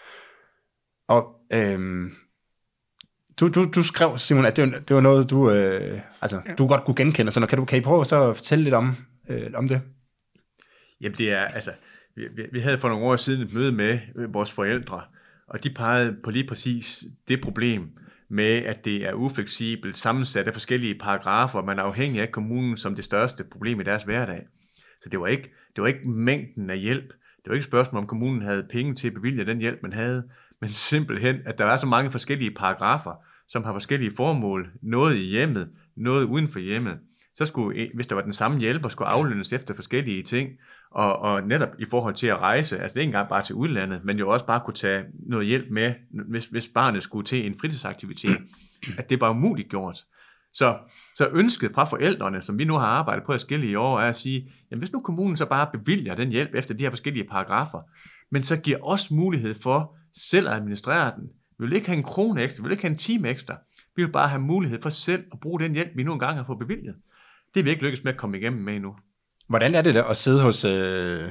Og øhm, Du, du, du skrev, Simon, at det var, det var noget, du, øh, altså, ja. du godt kunne genkende. Så kan, du, kan I prøve så at fortælle lidt om, øh, om det? Jamen det er, altså, vi, vi havde for nogle år siden et møde med vores forældre, og de pegede på lige præcis det problem med, at det er ufleksibelt sammensat af forskellige paragrafer, og man er afhængig af kommunen som det største problem i deres hverdag. Så det var ikke, det var ikke mængden af hjælp. Det var ikke et spørgsmål, om kommunen havde penge til at bevilge den hjælp, man havde, men simpelthen, at der er så mange forskellige paragrafer, som har forskellige formål, noget i hjemmet, noget uden for hjemmet. Så skulle, hvis der var den samme hjælper, skulle aflønnes efter forskellige ting, og, og netop i forhold til at rejse, altså ikke engang bare til udlandet, men jo også bare kunne tage noget hjælp med, hvis, hvis barnet skulle til en fritidsaktivitet, at det var umuligt gjort. Så, så ønsket fra forældrene, som vi nu har arbejdet på forskellige år, er at sige, jamen hvis nu kommunen så bare bevilger den hjælp efter de her forskellige paragrafer, men så giver os mulighed for selv at administrere den. Vi vil ikke have en krone ekstra, vi vil ikke have en time ekstra. Vi vil bare have mulighed for selv at bruge den hjælp, vi nu engang har fået bevilget. Det er vi ikke lykkes med at komme igennem med endnu. Hvordan er det da at sidde hos... Øh...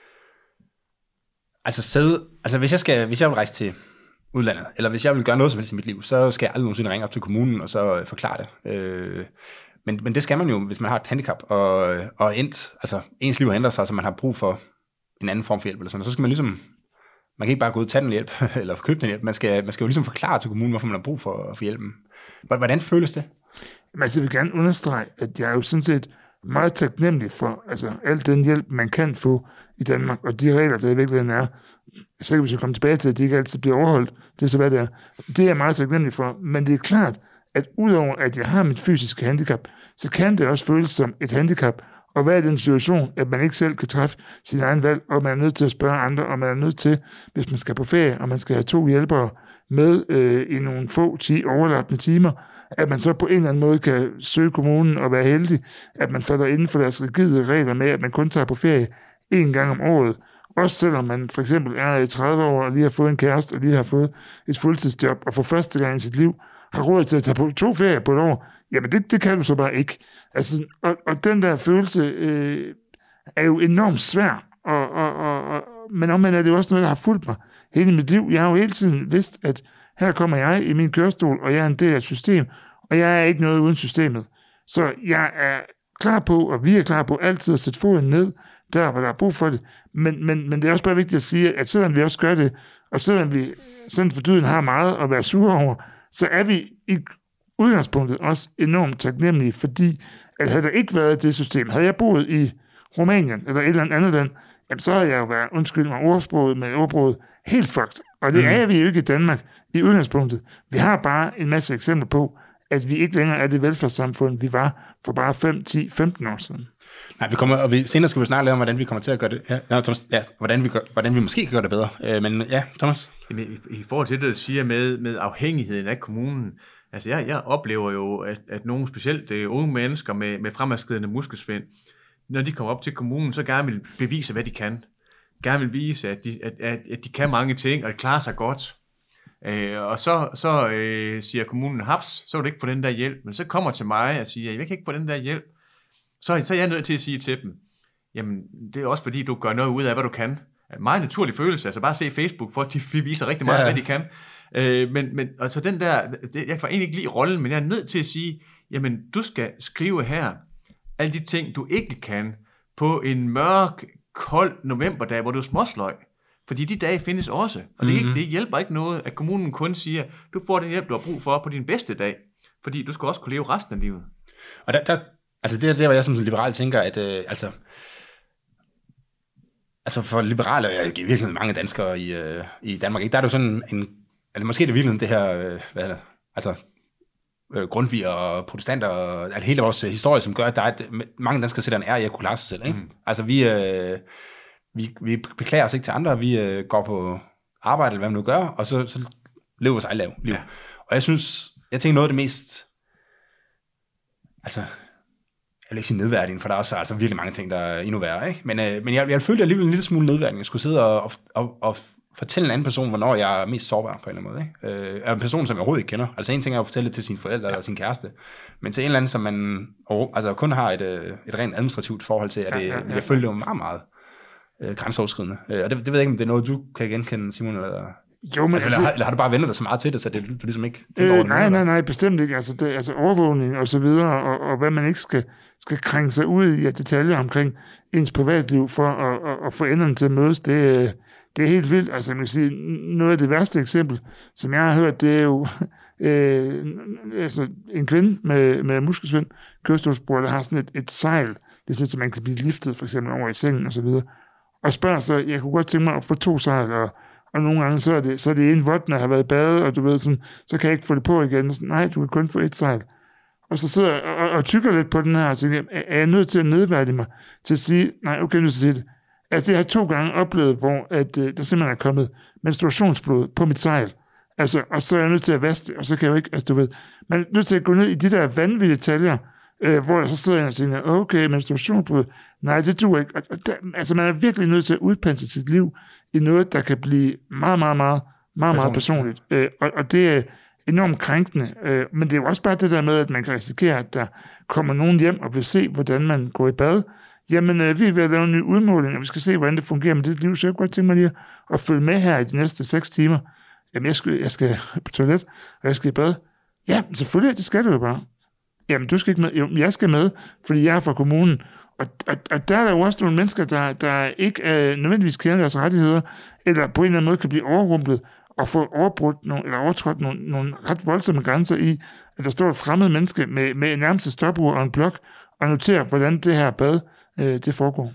Altså sidde... Altså hvis jeg, skal, hvis jeg vil rejse til udlandet, eller hvis jeg vil gøre noget som helst i mit liv, så skal jeg aldrig nogensinde ringe op til kommunen og så forklare det. Øh... Men, men det skal man jo, hvis man har et handicap, og, og endt, altså ens liv har ændret sig, så man har brug for en anden form for hjælp, eller sådan, og så skal man ligesom... Man kan ikke bare gå ud og tage den hjælp, eller købe den hjælp. Man skal, man skal jo ligesom forklare til kommunen, hvorfor man har brug for, for hjælpen. Hvordan føles det? Altså, jeg vil gerne understrege, at jeg er jo sådan set meget taknemmelig for altså, al den hjælp, man kan få i Danmark, og de regler, der i virkeligheden er. Så kan vi så komme tilbage til, at de ikke altid bliver overholdt. Det er så, hvad det er. Det er jeg meget taknemmelig for. Men det er klart, at udover at jeg har mit fysiske handicap, så kan det også føles som et handicap, og hvad er den situation, at man ikke selv kan træffe sin egen valg, og man er nødt til at spørge andre, og man er nødt til, hvis man skal på ferie, og man skal have to hjælpere med øh, i nogle få ti overlappende timer, at man så på en eller anden måde kan søge kommunen og være heldig, at man falder inden for deres rigide regler med, at man kun tager på ferie en gang om året. Også selvom man for eksempel er i tredive år, og lige har fået en kæreste, og lige har fået et fuldtidsjob, og for første gang i sit liv har råd til at tage på to ferier på et år, jamen det, det kan du så bare ikke. Altså, og, og den der følelse øh, er jo enormt svær, og, og, og, og, men omvendt er det jo også noget, der har fulgt mig hele mit liv. Jeg har jo hele tiden vidst, at her kommer jeg i min kørestol, og jeg er en del af et system, og jeg er ikke noget uden systemet. Så jeg er klar på, og vi er klar på altid at sætte foden ned, der hvor der er brug for det. Men, men, men det er også bare vigtigt at sige, at selvom vi også gør det, og selvom vi sådan for dyden har meget at være sure over, så er vi i udgangspunktet også enormt taknemmelige, fordi at havde der ikke været det system, havde jeg boet i Rumænien eller et eller andet land, jamen så havde jeg jo været, undskyld mig, ordsproget med ordsproget, helt fucked. Og det mm. er vi jo ikke i Danmark i udgangspunktet. Vi har bare en masse eksempler på, at vi ikke længere er det velfærdssamfund, vi var for bare fem, ti, femten år siden. Nej, vi kommer, og vi, senere skal vi snakke lidt om, hvordan vi kommer til at gøre det. Ja, no, Thomas, ja, hvordan, vi gør, hvordan vi måske kan gøre det bedre. Øh, men ja, Thomas? Jamen, i, i forhold til det, du siger med, med afhængigheden af kommunen, altså jeg, jeg oplever jo, at, at nogle specielt uh, unge mennesker med, med fremadskridende muskelsvind, når de kommer op til kommunen, så gerne vil bevise, hvad de kan. Gerne vil vise, at de, at, at, at de kan mange ting, og de klarer sig godt. Uh, og så, så uh, siger kommunen, haps, så vil du ikke få den der hjælp. Men så kommer til mig og siger, jeg kan ikke få den der hjælp. Så, så er jeg nødt til at sige til dem, jamen det er også fordi, du gør noget ud af, hvad du kan. Meget naturlig følelse, altså bare se Facebook, for de viser rigtig meget, ja. Hvad de kan. Uh, men, men altså den der, det, jeg kan egentlig ikke lide rollen, men jeg er nødt til at sige, jamen du skal skrive her, alle de ting, du ikke kan, på en mørk, kold novemberdag, hvor du er småsløj. Fordi de dage findes også. Og det, mm-hmm. det hjælper ikke noget, at kommunen kun siger, du får den hjælp, du har brug for på din bedste dag. Fordi du skal også kunne leve resten af livet. Og der, der altså det er der, hvor jeg som liberal tænker, at øh, altså, altså for liberale, og i virkeligheden mange danskere i, øh, i Danmark, ikke? Der er det jo sådan en, altså måske er det virkelig det her, øh, hvad er det, altså øh, Grundtvig og protestanter, og altså hele vores historie, som gør, at der er et, mange danskere sætter en ære i at kunne klare sig selv, ikke? Mm. Altså vi, øh, vi, vi beklager os ikke til andre, vi øh, går på arbejde, eller hvad man nu gør, og så, så lever vores eget liv. Ja. Og jeg synes, jeg tænker noget af det mest, altså, jeg vil ikke sige nedværdigende, for der er også altså virkelig mange ting, der er endnu værre, ikke? Men, øh, men jeg, jeg følte alligevel en lille smule nedværdigende. Jeg skulle sidde og, og, og, og fortælle en anden person, hvornår jeg er mest sårbar på en eller anden måde, ikke? Øh, er en person, som jeg overhovedet ikke kender. Altså en ting er at fortælle det til sine forældre eller sin kæreste, men til en eller anden, som man altså kun har et, et rent administrativt forhold til, at det, ja, ja, ja. Jeg følte det jo meget, meget øh, grænseoverskridende. Øh, og det, det ved jeg ikke, om det er noget, du kan genkende, Simon, eller... Jo, men altså, altså, eller, har, eller har du bare vendt dig så meget til det, så det, du ligesom ikke tænker øh, over det? Nej, nej, nej, bestemt ikke. Altså, det, altså overvågning og så videre, og, og hvad man ikke skal, skal krænge sig ud i af detaljer omkring ens privatliv for at, at, at få enderne til at mødes, det, det er helt vildt. Altså, man kan sige, noget af det værste eksempel, som jeg har hørt, det er jo øh, altså, en kvinde med, med muskelsvind, kørestolsbrug, der har sådan et, et sejl, det er sådan, at man kan blive liftet, for eksempel over i sengen og så videre, og spørger så, jeg kunne godt tænke mig at få to sejl, og Og nogle gange, så er det, så er det en vådt, når jeg har været i bade, og du ved sådan, så kan jeg ikke få det på igen. Og sådan, nej, du kan kun få et sejl. Og så sidder jeg og, og tykker lidt på den her, og tænker, er jeg nødt til at nedværdige mig, til at sige, nej, okay, nu skal sige det. Altså, jeg har to gange oplevet, hvor at, uh, der simpelthen er kommet menstruationsblod på mit sejl. Altså, og så er jeg nødt til at vaske det, og så kan jeg jo ikke, altså du ved, man er nødt til at gå ned i de der vanvittige detaljer, øh, hvor jeg så sidder og tænker, okay, menstruationsblod, nej, det duer ikke. Og der, altså, man er virkelig nødt til at udpensle sit liv i noget, der kan blive meget, meget, meget, meget, meget personligt. Øh, og, og det er enormt krænkende. Øh, men det er jo også bare det der med, at man kan risikere, at der kommer nogen hjem og vil se, hvordan man går i bad. Jamen, øh, vi er ved at lave en ny udmåling, og vi skal se, hvordan det fungerer med dit liv, så jeg kunne godt tænke mig lige at følge med her i de næste seks timer. Jamen, jeg skal, jeg skal på toilet, og jeg skal i bad. Ja, selvfølgelig, det skal du jo bare. Jamen, du skal ikke med. Jo, jeg skal med, fordi jeg er fra kommunen. Og, og, og der er der jo også nogle mennesker, der, der ikke øh, nødvendigvis kender deres rettigheder, eller på en eller anden måde kan blive overrumplet og få overbrudt nogle, eller overtrådt nogle, nogle ret voldsomme grænser i, at der står et fremmed menneske med, med nærmest et stopur og en blok, og noterer, hvordan det her bad, øh, det foregår.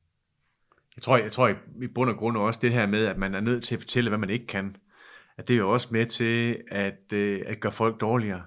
Jeg tror, jeg tror i bund og grund også det her med, at man er nødt til at fortælle, hvad man ikke kan, at det er jo også med til at, øh, at gøre folk dårligere.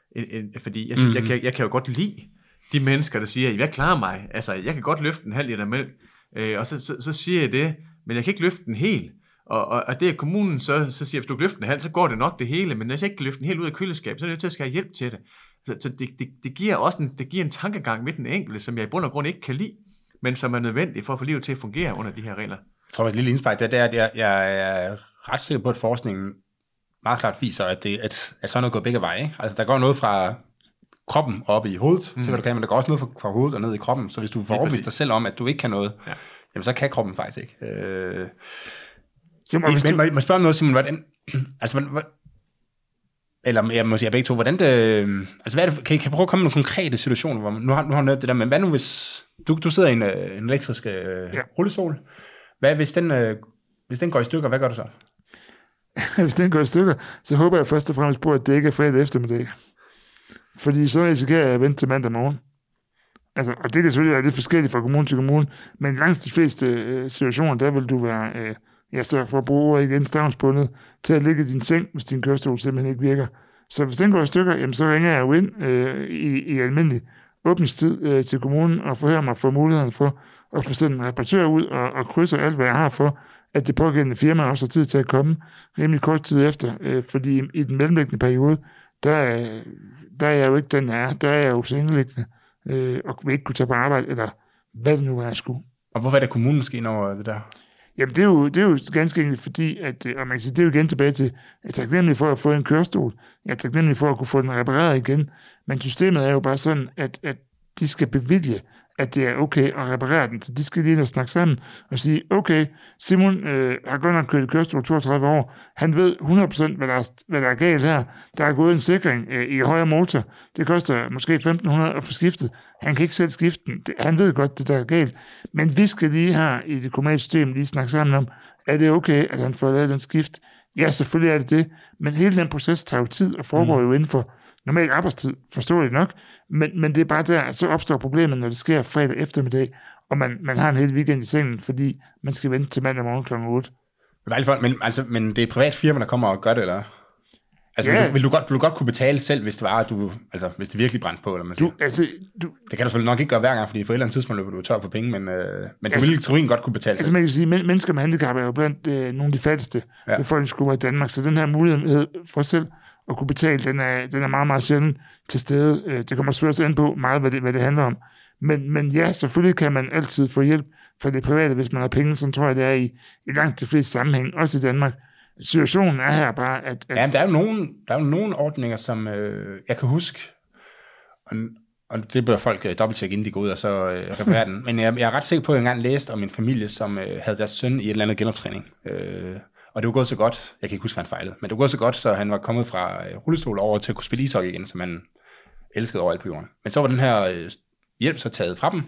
Fordi jeg, mm. jeg, jeg, jeg kan jo godt lide de mennesker, der siger, jeg klarer mig, altså jeg kan godt løfte en halv liter mælk, øh, og så, så, så siger jeg det, men jeg kan ikke løfte den helt. Og, og, og det er kommunen, så, så siger, hvis du kan løfte den halv, så går det nok det hele, men hvis jeg ikke kan løfte den helt ud af køleskabet, så er det nødt til at skal have hjælp til det. Så, så det, det, det giver også en, det giver en tankegang med den enkelte, som jeg i bund og grund ikke kan lide, men som er nødvendig for at få livet til at fungere under de her regler. Jeg tror, at et lille indspark, det er, at jeg, jeg er ret sikker på, at forskningen meget klart viser, at, det, at, at sådan noget går begge veje. Ikke? Altså der går noget fra kroppen op i hovedet, mm. til hvad du kan, men der går også noget fra, fra hovedet og ned i kroppen, så hvis du får overbevist dig selv om, at du ikke kan noget, ja. Jamen så kan kroppen faktisk ikke. Øh... Jamen, men, du... må, må jeg spørge om noget, Simon, hvordan, altså, hvordan, eller jeg må sige, jeg begge to, hvordan det, altså hvad er det, kan I kan prøve at komme med nogle konkrete situationer, hvor man, nu har nu har nævnt det der, men hvad nu hvis, du, du sidder i en, en elektrisk øh, ja. rullestol, hvad hvis den, øh, hvis den går i stykker, hvad gør du så? Hvis den går i stykker, så håber jeg først og fremmest på, at det ikke er fredag eftermiddag. Fordi så risikerer jeg at vente til mandag morgen. Altså, og det kan selvfølgelig være lidt forskelligt fra kommune til kommune, men langt de fleste øh, situationer, der vil du være, øh, jeg så for at bruge igen stavnsbundet, til at ligge i din seng, hvis din kørestol simpelthen ikke virker. Så hvis den går i stykker, jamen, så ringer jeg jo ind øh, i, i almindelig åbningstid øh, til kommunen, og forhører mig for muligheden for at få sendt en reparatør ud, og, og krydser alt, hvad jeg har for, at det pågældende firma også har tid til at komme rimelig kort tid efter, øh, fordi i, i den mellemliggende periode, der, der er jeg jo ikke den, jeg er. Der er jeg jo sengeliggende, øh, og vil ikke kunne tage på arbejde, eller hvad det nu er, jeg skulle. Og hvorfor er det kommunen måske ind over det der? Jamen, det er jo, det er jo ganske enkelt, fordi, at, og man kan sige, det er jo igen tilbage til, jeg er taknemmelig for at få en kørestol, jeg er taknemmelig for at kunne få den repareret igen, men systemet er jo bare sådan, at, at de skal bevilge, at det er okay at reparere den. Så de skal lige snakke sammen og sige, okay, Simon øh, har godt nok kørt i kørestol toogtredive år. Han ved hundrede procent, hvad der er, hvad der er galt her. Der er gået en sikring øh, i højre motor. Det koster måske femten hundrede at få skiftet. Han kan ikke selv skifte den. Det, han ved godt, det der er galt. Men vi skal lige her i det kommunale system lige snakke sammen om, er det okay, at han får lavet den skift? Ja, selvfølgelig er det det. Men hele den proces tager jo tid og foregår mm. jo inden for normal arbejdstid, forstår det nok, men, men det er bare der, at så opstår problemet, når det sker fredag eftermiddag, og man, man har en hel weekend i sengen, fordi man skal vente til mandag morgen klokken otte. Men, altså, men det er et privat firma, der kommer og gør det, eller? Altså, ja. vil, du, vil, du godt, vil du godt kunne betale selv, hvis det var, at du, altså, hvis det virkelig brændte på, eller man siger? Du, altså, du, det kan du selvfølgelig nok ikke gøre hver gang, fordi på et eller andet tidspunkt løber du tør for penge, men, øh, men altså, du vil teorien godt kunne betale altså, selv. man kan sige, at mennesker med handicap er jo blandt øh, nogle af de fattigste ja. befolkningsgrupper i Danmark, så den her mulighed for selv at kunne betale, den er, den er meget, meget sjældent til stede. Det kommer selvfølgelig an på meget, hvad det, hvad det handler om. Men, men ja, selvfølgelig kan man altid få hjælp fra det private, hvis man har penge, så tror jeg, det er i, i langt de fleste sammenhæng, også i Danmark. Situationen er her bare, at... at ja, men der er jo nogle, der er jo nogle ordninger, som øh, jeg kan huske, og, og det bør folk øh, dobbelttjekke, inden de går ud og så øh, reparerer den. Men jeg, jeg er ret sikker på, at jeg engang læste om en familie, som øh, havde deres søn i et eller andet genoptræning. Øh, og det var gået så godt, jeg kan ikke huske, hvad han fejlede, men det var gået så godt, så han var kommet fra øh, rullestol over til at kunne spille ishockey igen, som han elskede overalt på jorden. Men så var den her øh, hjælp så taget fra dem,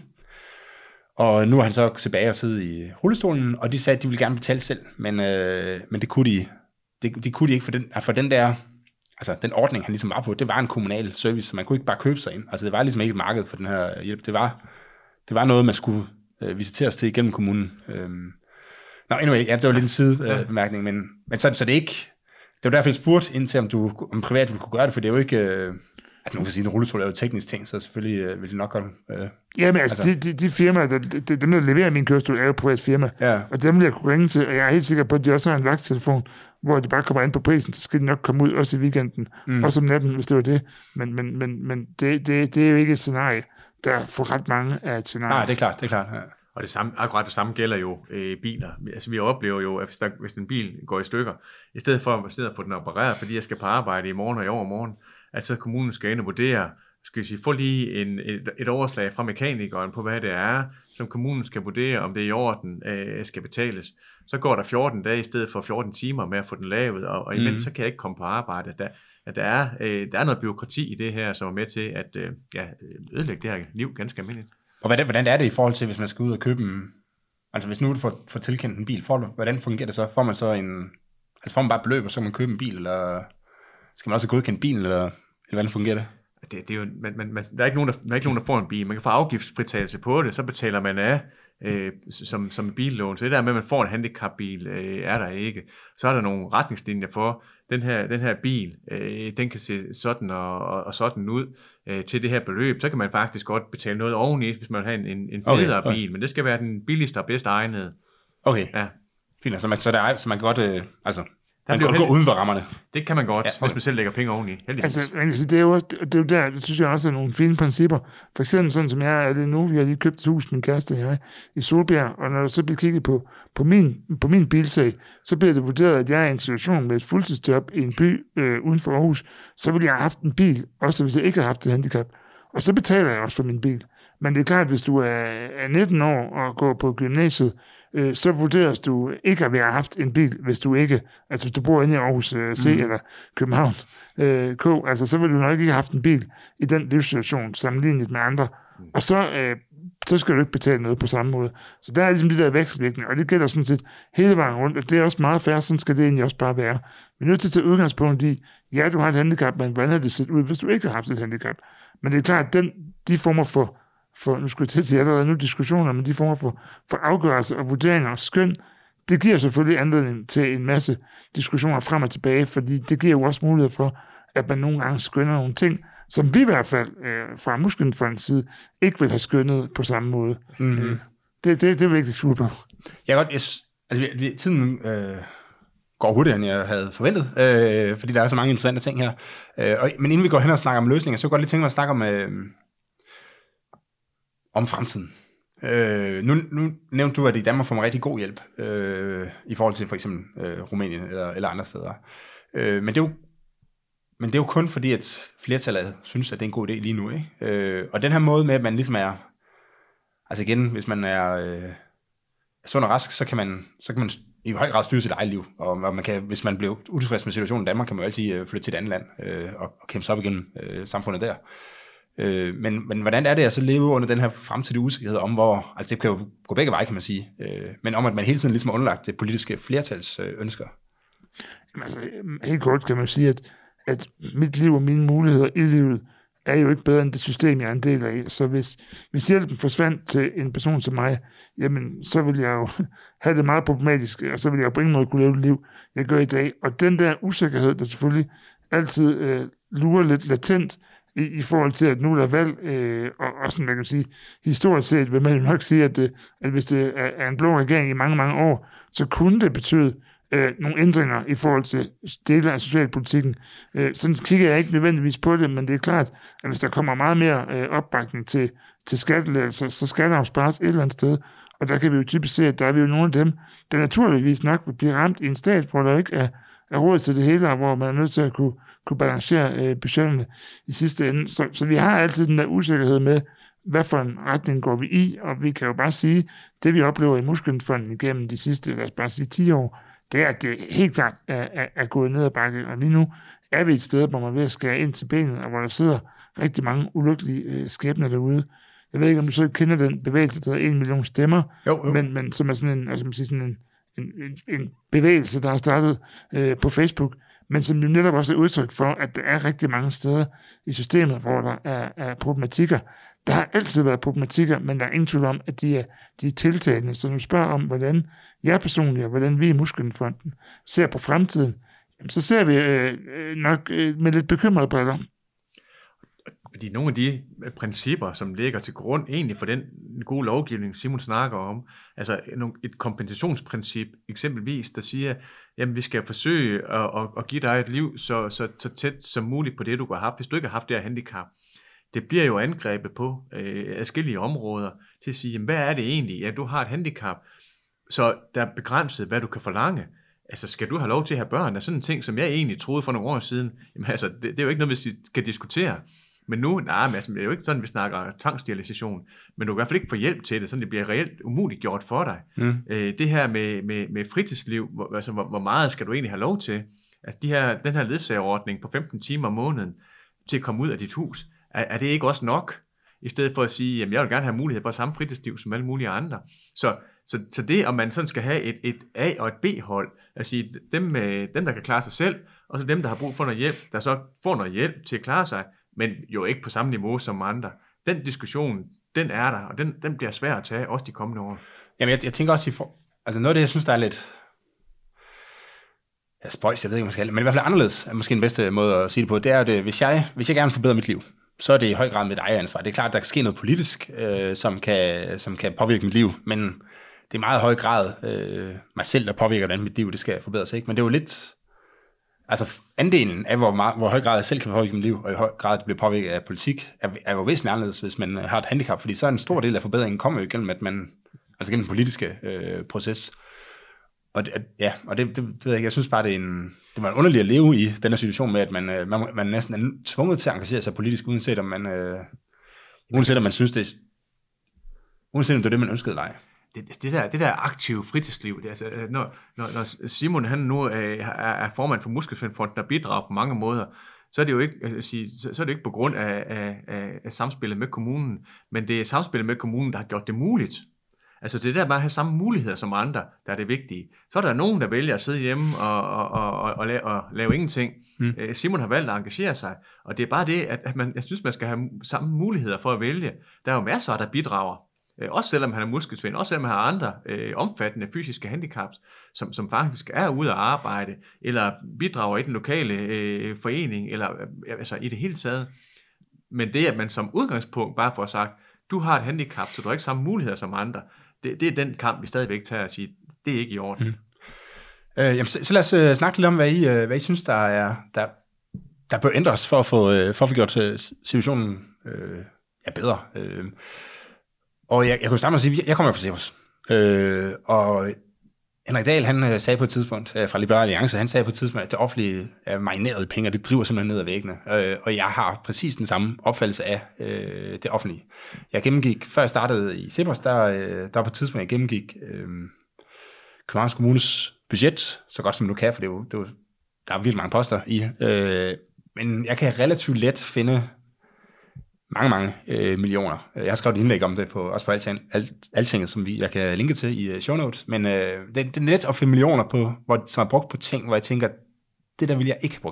og nu er han så tilbage og sidde i rullestolen, og de sagde, at de ville gerne betale selv, men, øh, men det kunne de, det, de kunne de ikke, for den, for den der, altså den ordning, han ligesom var på, det var en kommunal service, så man kunne ikke bare købe sig ind. Altså det var ligesom ikke et marked for den her hjælp, det var, det var noget, man skulle øh, visiteres til igennem kommunen. Øhm. Nå, anyway, ja, det var lidt en sidebemærkning, men, men så, så det er ikke, det var derfor, jeg spurgte ind til, om du om privat ville kunne gøre det, for det er jo ikke... Øh, altså, nogen kan sige, at rulletol er jo teknisk ting, så selvfølgelig øh, vil det nok godt... Øh, ja, men altså, altså. De, de, de firmaer, der, de, dem der leverer min kørestol, er jo privat firma, ja. Og dem vil jeg kunne ringe til, og jeg er helt sikker på, at de også har en vagttelefon, hvor de bare kommer ind på prisen, så skal de nok komme ud, også i weekenden, mm. også om natten, hvis det var det. Men, men, men, men det, det, det er jo ikke et scenarie, der får ret mange af et scenarie. Nej, det er klart, det er klart, ja. Og det samme, akkurat det samme gælder jo øh, biler. Altså vi oplever jo, at hvis, der, hvis en bil går i stykker, i stedet for, i stedet for at få den opereret, fordi jeg skal på arbejde i morgen og i overmorgen, at så kommunen skal ind og vurdere, skal jeg sige, få lige en, et, et overslag fra mekanikeren på, hvad det er, som kommunen skal vurdere, om det er i orden, øh, skal betales. Så går der fjorten dage i stedet for fjorten timer med at få den lavet, og, og imens mm. så kan jeg ikke komme på arbejde. Der, at der er, øh, der er noget bureaukrati i det her, som er med til at øh, ja, ødelægge det her liv ganske almindeligt. Og hvordan, hvordan er det i forhold til, hvis man skal ud og købe en... Altså hvis nu du får, får tilkendt en bil, får du, hvordan fungerer det så? Får man så en... Altså får man bare beløb, og så kan man købe en bil, eller skal man også godkende bilen, eller, eller hvordan fungerer det? Det, det er jo, man, man, man, der, er ikke nogen, der, der er ikke nogen, der får en bil. Man kan få afgiftsfritagelse på det, så betaler man af øh, som, som billån. Så det der med, at man får en handicapbil, øh, er der ikke. Så er der nogle retningslinjer for, den her, den her bil, øh, den kan se sådan og, og, og sådan ud øh, til det her beløb. Så kan man faktisk godt betale noget oveni, hvis man vil have en, en, en federe okay, okay. bil. Men det skal være den billigste og bedst egnede. Okay, ja. Fint. Så man, så, der, så man kan godt... Øh, altså man kan godt gå uden for rammerne. Det kan man godt, ja, okay. hvis man selv lægger penge oveni. Heldigvis. Altså, man kan sige, det er jo, det er jo der, det synes jeg også er nogle fine principper. For eksempel sådan som jeg er det nu, vi har lige købt et hus, min kæreste og jeg, i Solbjerg, og når der så bliver kigget på, på, min, på min bilsag, så bliver det vurderet, at jeg er i en situation med et fuldtidsjob i en by øh, uden for Aarhus, så ville jeg have haft en bil, også hvis jeg ikke har haft et handicap. Og så betaler jeg også for min bil. Men det er klart, at hvis du er nitten år og går på gymnasiet, øh, så vurderes du ikke at have haft en bil, hvis du ikke, altså hvis du bor inde i Aarhus øh, C mm. eller København øh, K, altså så vil du nok ikke have haft en bil i den livssituation sammenlignet med andre. Mm. Og så, øh, så skal du ikke betale noget på samme måde. Så der er ligesom de der vekselvirkninger, og det gælder sådan set hele vejen rundt, og det er også meget fair, sådan skal det egentlig også bare være. Vi er nødt til at tage udgangspunkt i, ja, du har et handicap, men hvordan har det set ud, hvis du ikke har haft et handicap? Men det er klart, at den, de former for, for, nu skulle jeg til at sige allerede nu diskussioner, men de former for, for afgørelser og vurderinger og skøn, det giver selvfølgelig anledning til en masse diskussioner frem og tilbage, fordi det giver jo også mulighed for, at man nogle gange skønner nogle ting, som vi i hvert fald øh, fra Muskelfondens side ikke vil have skønnet på samme måde. Mm-hmm. Øh, det, det, det er vigtigt skue på. Jeg godt, jeg, altså vi, tiden øh, går hurtigere, end jeg havde forventet, øh, fordi der er så mange interessante ting her. Øh, og, men inden vi går hen og snakker om løsninger, så kan jeg godt lige tænke mig at snakke om, øh, om fremtiden. Øh, nu, nu nævnte du, at i Danmark får man rigtig god hjælp, øh, i forhold til for eksempel øh, Rumænien eller, eller andre steder. Øh, men det er jo Men det er jo kun fordi, at flertallet synes, at det er en god idé lige nu, ikke? Øh, og den her måde med, at man ligesom er... Altså igen, hvis man er øh, sund og rask, så kan man, så kan man i høj grad styre sit eget liv. Og, og man kan, hvis man bliver utilfreds med situationen i Danmark, kan man jo altid øh, flytte til et andet land øh, og, og kæmpe sig op igennem øh, samfundet der. Øh, men, men hvordan er det at så leve under den her fremtidige usikkerhed om, hvor... Altså det kan jo gå begge veje, kan man sige. Øh, men om, at man hele tiden ligesom er underlagt det politiske flertals øh, ønsker. Jamen, altså, helt kort kan man sige, at at mit liv og mine muligheder i livet er jo ikke bedre end det system, jeg er en del af. Så hvis, hvis hjælpen forsvandt til en person som mig, jamen, så vil jeg jo have det meget problematisk, og så vil jeg jo på ingen måde kunne leve det liv, jeg gør i dag. Og den der usikkerhed, der selvfølgelig altid øh, lurer lidt latent i, i forhold til, at nu er der valg, øh, og, og sådan, man kan sige, historisk set vil man jo nok sige, at, øh, at hvis det er, er en blå regering i mange, mange år, så kunne det betyde øh, nogle ændringer i forhold til dele af socialpolitikken. Øh, sådan kigger jeg ikke nødvendigvis på det, men det er klart, at hvis der kommer meget mere øh, opbakning til, til skattelettelser, så skal der jo spares et eller andet sted, og der kan vi jo typisk se, at der er vi jo nogle af dem, der naturligvis nok vil blive ramt i en stat, hvor der ikke er, er råd til det hele, og hvor man er nødt til at kunne, kunne balancere øh, budgetterne i sidste ende. Så, så vi har altid den der usikkerhed med, hvad for en retning går vi i, og vi kan jo bare sige, det vi oplever i Muskelsvindfonden igennem de sidste, lad os bare sige ti år, det er, at det helt klart er, er, er gået ned ad bakke, og lige nu er vi et sted, hvor man er ved at skære ind til benet, og hvor der sidder rigtig mange ulykkelige øh, skæbner derude. Jeg ved ikke, om du så kender den bevægelse, der hedder en million stemmer, jo, jo. Men, men som er sådan en, altså man siger, sådan en, en, en, en bevægelse, der er startet øh, på Facebook, men som jo netop også er udtryk for, at der er rigtig mange steder i systemet, hvor der er, er problematikker. Der har altid været problematikker, men der er ingen tvivl om, at de er, de er tiltagende. Så nu spørger om, hvordan jeg personligt, og hvordan vi i Muskelsvindfonden ser på fremtiden, jamen, så ser vi øh, nok øh, med lidt bekymrede briller. Fordi nogle af de principper, som ligger til grund egentlig for den gode lovgivning, Simon snakker om, altså et kompensationsprincip eksempelvis, der siger, jamen vi skal forsøge at, at, at give dig et liv så, så, så tæt som muligt på det, du har haft, hvis du ikke har haft det her handicap. Det bliver jo angrebet på øh, forskellige områder til at sige, jamen, hvad er det egentlig? Ja, du har et handicap, så der er begrænset, hvad du kan forlange. Altså, skal du have lov til at have børn? Er sådan en ting, som jeg egentlig troede for nogle år siden. Jamen altså, det, det er jo ikke noget, vi skal diskutere. Men nu, nej, men altså, det er jo ikke sådan, vi snakker tvangssterilisation, men du kan i hvert fald ikke få hjælp til det, så det bliver reelt umuligt gjort for dig. Mm. Øh, det her med, med, med fritidsliv, hvor, altså, hvor, hvor meget skal du egentlig have lov til? Altså, de her, den her ledsagerordning på femten timer om måneden til at komme ud af dit hus, er, er det ikke også nok? I stedet for at sige, jamen jeg vil gerne have mulighed for samme fritidsliv som alle mulige andre. Så, så, så det, om man sådan skal have et, et A- og et B-hold, at sige, dem, med, dem, der kan klare sig selv, og så dem, der har brug for noget hjælp, der så får noget hjælp til at klare sig, men jo ikke på samme niveau som andre. Den diskussion, den er der, og den, den bliver svær at tage, også de kommende år. Jamen, jeg, jeg tænker også, i for, altså noget af det, jeg synes, der er lidt, ja, spøjs, jeg ved ikke, om man skal, men i hvert fald anderledes, er måske den bedste måde at sige det på, det er, at hvis jeg, hvis jeg gerne vil forbedre mit liv, så er det i høj grad mit eget ansvar. Det er klart, at der kan ske noget politisk, øh, som, kan, som kan påvirke mit liv, men det er meget høj grad øh, mig selv, der påvirker, hvordan mit liv det skal forbedres. Ikke? Men det er jo lidt, altså andelen af, hvor, meget, hvor høj grad jeg selv kan påvirke mit liv, og i høj grad det bliver påvirket af politik, er, er jo væsentligt anderledes, hvis man har et handicap, fordi så er en stor del af forbedringen kommer jo gennem, at man, altså gennem den politiske øh, proces. Og det, ja, og det, det, det ved jeg ikke, jeg synes bare, det er en, det var en underlig at leve i den her situation med, at man, man, man næsten er tvunget til at engagere sig politisk, uanset om man, øh, uanset om man synes det, uanset om det er det, man ønskede eller ej. Det, det, der, det der aktive fritidsliv, det, altså, når, når, når Simon han nu er, er formand for Muskelsvindfonden og bidrager på mange måder, så er det jo ikke, altså, så er det ikke på grund af, af, af, af samspillet med kommunen, men det er samspillet med kommunen, der har gjort det muligt. Altså det der bare at have samme muligheder som andre, der er det vigtige. Så er der nogen, der vælger at sidde hjemme og, og, og, og, og, lave, og lave ingenting. Mm. Simon har valgt at engagere sig, og det er bare det, at man, jeg synes, man skal have samme muligheder for at vælge. Der er jo masser, der bidrager. Også selvom han er muskelsvind, også selvom han har andre øh, omfattende fysiske handicaps, som, som faktisk er ude at arbejde, eller bidrager i den lokale øh, forening, eller øh, altså i det hele taget. Men det, at man som udgangspunkt bare får sagt, du har et handicap, så du har ikke samme muligheder som andre, det, det er den kamp, vi stadigvæk tager og siger, det er ikke i orden. Mm. Øh, jamen, så, så lad os uh, snakke lidt om, hvad I, uh, hvad I synes, der, er, der, der bør ændres for at få, uh, for at få gjort uh, situationen uh, ja, bedre. Uh, Og jeg, jeg kunne starte med at sige, at jeg kommer fra Cepos. Øh, og Henrik Dahl, han sagde på et tidspunkt, øh, fra Liberal Alliance, han sagde på et tidspunkt, at det offentlige er marinerede penge, og det driver simpelthen ned ad væggene. Øh, og jeg har præcis den samme opfattelse af øh, det offentlige. Jeg gennemgik, før jeg startede i Cepos, der, øh, der på et tidspunkt, jeg gennemgik øh, Københavns Kommunes budget, så godt som du kan, for det er jo, det er jo, der er virkelig mange poster i. Øh, men jeg kan relativt let finde mange, mange øh, millioner. Jeg har skrevet et indlæg om det, på, også på Alting, Altinget, som vi, jeg kan linke til i uh, show notes, men øh, det, det er net at finde millioner på, hvor, som er brugt på ting, hvor jeg tænker, det der vil jeg ikke have brugt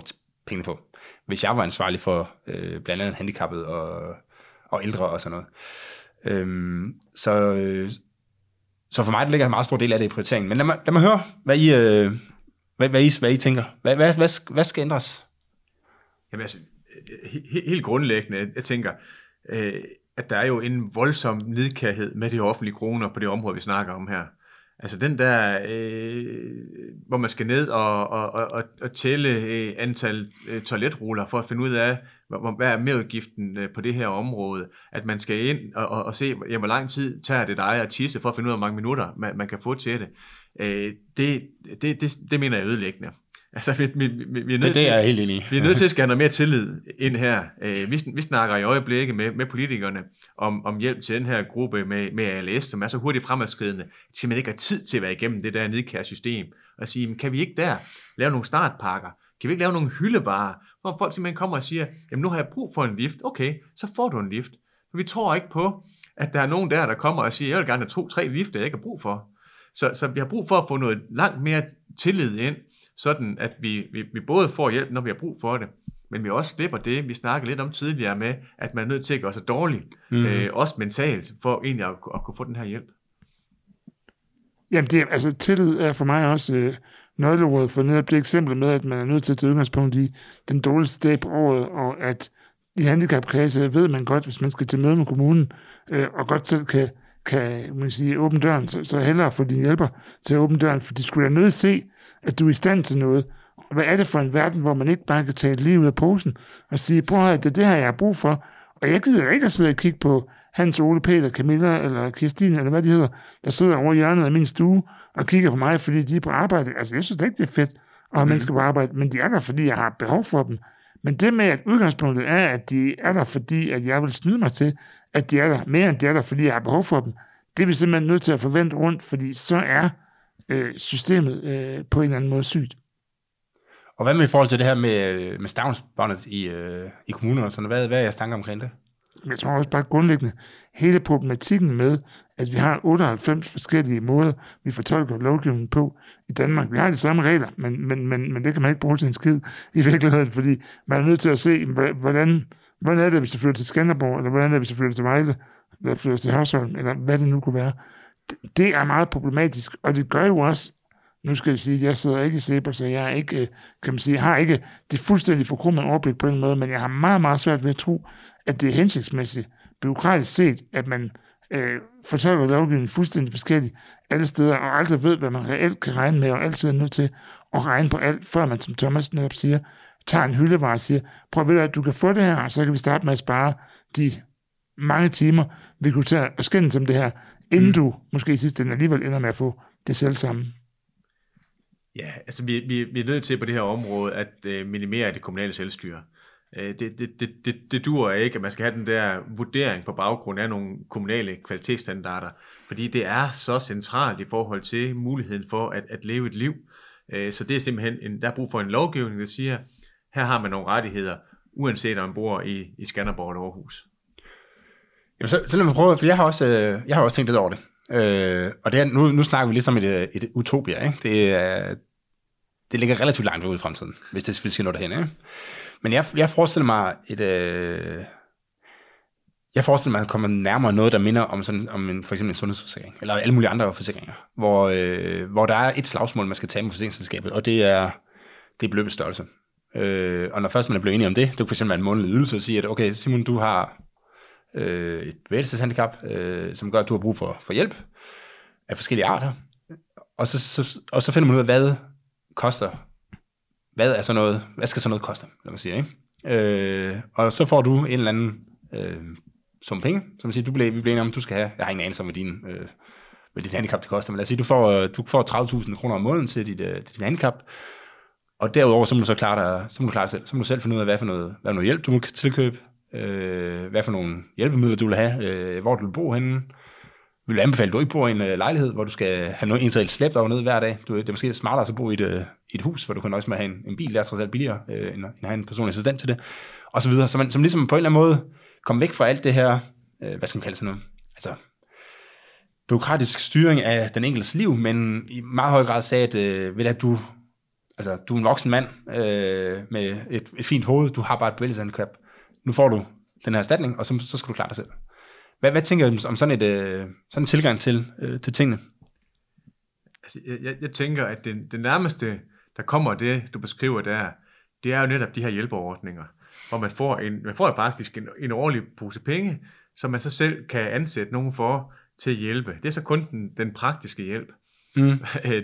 penge på. Hvis jeg var ansvarlig for øh, blandt andet handicappede og, og ældre og sådan noget. Øhm, så, øh, så for mig det ligger en meget stor del af det i prioriteringen. Men lad mig, lad mig høre, hvad I, øh, hvad, hvad, I, hvad I tænker. Hvad, hvad, hvad, hvad skal ændres? Jamen altså, he, helt grundlæggende, jeg tænker, øh, at der er jo en voldsom nidkærhed med de offentlige kroner på det område, vi snakker om her. Altså den der, øh, hvor man skal ned og, og, og, og tælle øh, antal øh, toiletruller for at finde ud af, hvor, hvad er merudgiften øh, på det her område. At man skal ind og, og, og se, ja, hvor lang tid tager det dig at tisse for at finde ud af, hvor mange minutter man, man kan få til det. Øh, det, det, det. Det mener jeg er ødelæggende. Altså, vi, vi, vi, vi er nødt det, det er jeg til, helt enig i. Vi er nødt til at skal have noget mere tillid ind her. Øh, vi, vi snakker i øjeblikket med, med politikerne om, om hjælp til den her gruppe med, med A L S, som er så hurtigt fremadskridende, at de simpelthen ikke har tid til at være igennem det der nidkære system. Og sige, kan vi ikke der lave nogle startpakker? Kan vi ikke lave nogle hyldevarer, hvor folk simpelthen kommer og siger, jamen nu har jeg brug for en lift. Okay, så får du en lift. For vi tror ikke på, at der er nogen der, der kommer og siger, jeg vil gerne have to-tre lifter, jeg ikke har brug for. Så, så vi har brug for at få noget langt mere tillid ind, sådan at vi, vi, vi både får hjælp, når vi har brug for det, men vi også slipper det, vi snakkede lidt om tidligere med, at man er nødt til at gøre sig dårlig, mm. øh, også mentalt, for egentlig at, at kunne få den her hjælp. Jamen, det, altså, tillid er for mig også øh, nøgleordet for netop det eksempel med, at man er nødt til at tage udgangspunkt i den dårligste dag på året, og at i handicapkredse ved man godt, hvis man skal til møde med kommunen, øh, og godt selv kan, kan man sige, åbne døren, så, så hellere få din hjælper til at åbne døren, for de skulle da nødt at se, at du er i stand til noget. Hvad er det for en verden, hvor man ikke bare kan tage et liv ud af posen og sige, prøv at det er det her, jeg har brug for, og jeg gider ikke at sidde og kigge på Hans, Ole, Peter, Camilla eller Kirstine, eller hvad de hedder, der sidder over hjørnet af min stue og kigger på mig, fordi de er på arbejde. Altså, jeg synes ikke, det er fedt at have mm. mennesker på arbejde, men de er der, fordi jeg har behov for dem. Men det med, at udgangspunktet er, at de er der, fordi at jeg vil snyde mig til, at de er der mere, end de er der, fordi jeg har behov for dem, det er vi simpelthen nødt til at forvente rundt, fordi så er øh, systemet øh, på en eller anden måde sygt. Og hvad med i forhold til det her med, med stavnsbåndet i, øh, i kommunerne og sådan, hvad, hvad er jeres tanker omkring det? Jeg tror også bare grundlæggende, hele problematikken med, at vi har otteoghalvfems forskellige måder, vi fortolker lovgivningen på i Danmark. Vi har de samme regler, men, men, men, men det kan man ikke bruge til en skid i virkeligheden, fordi man er nødt til at se, hvordan, hvordan er det, hvis det flytter til Skanderborg, eller hvordan er det, hvis det flytter til Vejle, eller flytter til Hørsholm, eller hvad det nu kunne være. Det er meget problematisk, og det gør jo også, nu skal jeg sige, at jeg sidder ikke i Sæber, så jeg er ikke, kan man sige, har ikke det fuldstændig forkromede overblik på en måde, men jeg har meget, meget svært ved at tro, at det er hensigtsmæssigt, byråkratisk set, at man øh, fortolker lovgivningen fuldstændig forskelligt alle steder, og aldrig ved, hvad man reelt kan regne med, og altid er nødt til at regne på alt, før man, som Thomas netop siger, tager en hyldevare og siger, prøv at vide, at du kan få det her, og så kan vi starte med at spare de mange timer, vi kunne tage og skændes om det her, inden mm. du måske i sidste ende alligevel ender med at få det selv sammen. Ja, altså vi, vi, vi er nødt til på det her område at øh, minimere det kommunale selvstyre. Det, det, det, det, det duer ikke, at man skal have den der vurdering på baggrund af nogle kommunale kvalitetsstandarder, fordi det er så centralt i forhold til muligheden for at, at leve et liv. Så det er simpelthen, en, der er brug for en lovgivning, der siger, her har man nogle rettigheder, uanset om man bor i, i Skanderborg eller Aarhus. Jamen, så, så lad mig prøve, for jeg har også, jeg har også tænkt lidt over det. Øh, og det er, nu, nu snakker vi lidt som et, et utopia, ikke? Det, er, det ligger relativt langt ud i fremtiden, hvis det selvfølgelig skal nå derhen, ikke? Men jeg, jeg forestiller mig et, øh, jeg forestiller mig at komme nærmere noget, der minder om sådan, om en, for eksempel en sundhedsforsikring, eller alle mulige andre forsikringer, hvor, øh, hvor der er et slagsmål, man skal tage med forsikringsselskabet, og det er, det er beløbets størrelse. Øh, og når først man er blevet enige om det, det kan for eksempel være en månedlig ydelse og sige, at okay, Simon, du har øh, et bevægelseshandicap, øh, som gør, at du har brug for, for hjælp af forskellige arter, og så, så, og så finder man ud af, hvad koster. Hvad er så noget, hvad skal så noget koste, lad mig sige, ikke? Øh, og så får du en eller anden øh, sum penge, som siger, du bliver, vi bliver enige om, du skal have, jeg har ingen anelse om, hvad din, øh, hvad dit handicap det koster, men lad os sige, du får, du får tredive tusind kroner om måneden til dit, øh, til dit handicap, og derudover, så må du så klare dig, så må du klare dig selv, så må du selv finde ud af, hvad for noget, hvad for noget hjælp, du må tilkøbe, øh, hvad for nogle hjælpemidler, du vil have, øh, hvor du vil bo henne. Vil du anbefale, at du ikke bor i en uh, lejlighed, hvor du skal have noget indtalt slæbt over ned hver dag? Du, det er måske smartere at bo i et, uh, i et hus, hvor du kan også med at have en, en bil, der er trods alt billigere, uh, end, end at have en personlig assistent til det, og så videre. Så man som ligesom på en eller anden måde kommer væk fra alt det her, uh, hvad skal man kalde sådan noget, altså bureaukratisk styring af den enkeltes liv, men i meget høj grad sagde, at, uh, ved at du, altså, du er en voksen mand øh, med et, et fint hoved, du har bare et bevægelseshandicap. Nu får du den her erstatning, og så, så skal du klare dig selv. Hvad, hvad tænker du om sådan, et, øh, sådan en tilgang til, øh, til tingene? Altså, jeg, jeg tænker, at det, det nærmeste, der kommer det, du beskriver der, det er jo netop de her hjælpeordninger, hvor man får, en, man får faktisk en, en årlig pose penge, som man så selv kan ansætte nogen for til at hjælpe. Det er så kun den, den praktiske hjælp. Mm.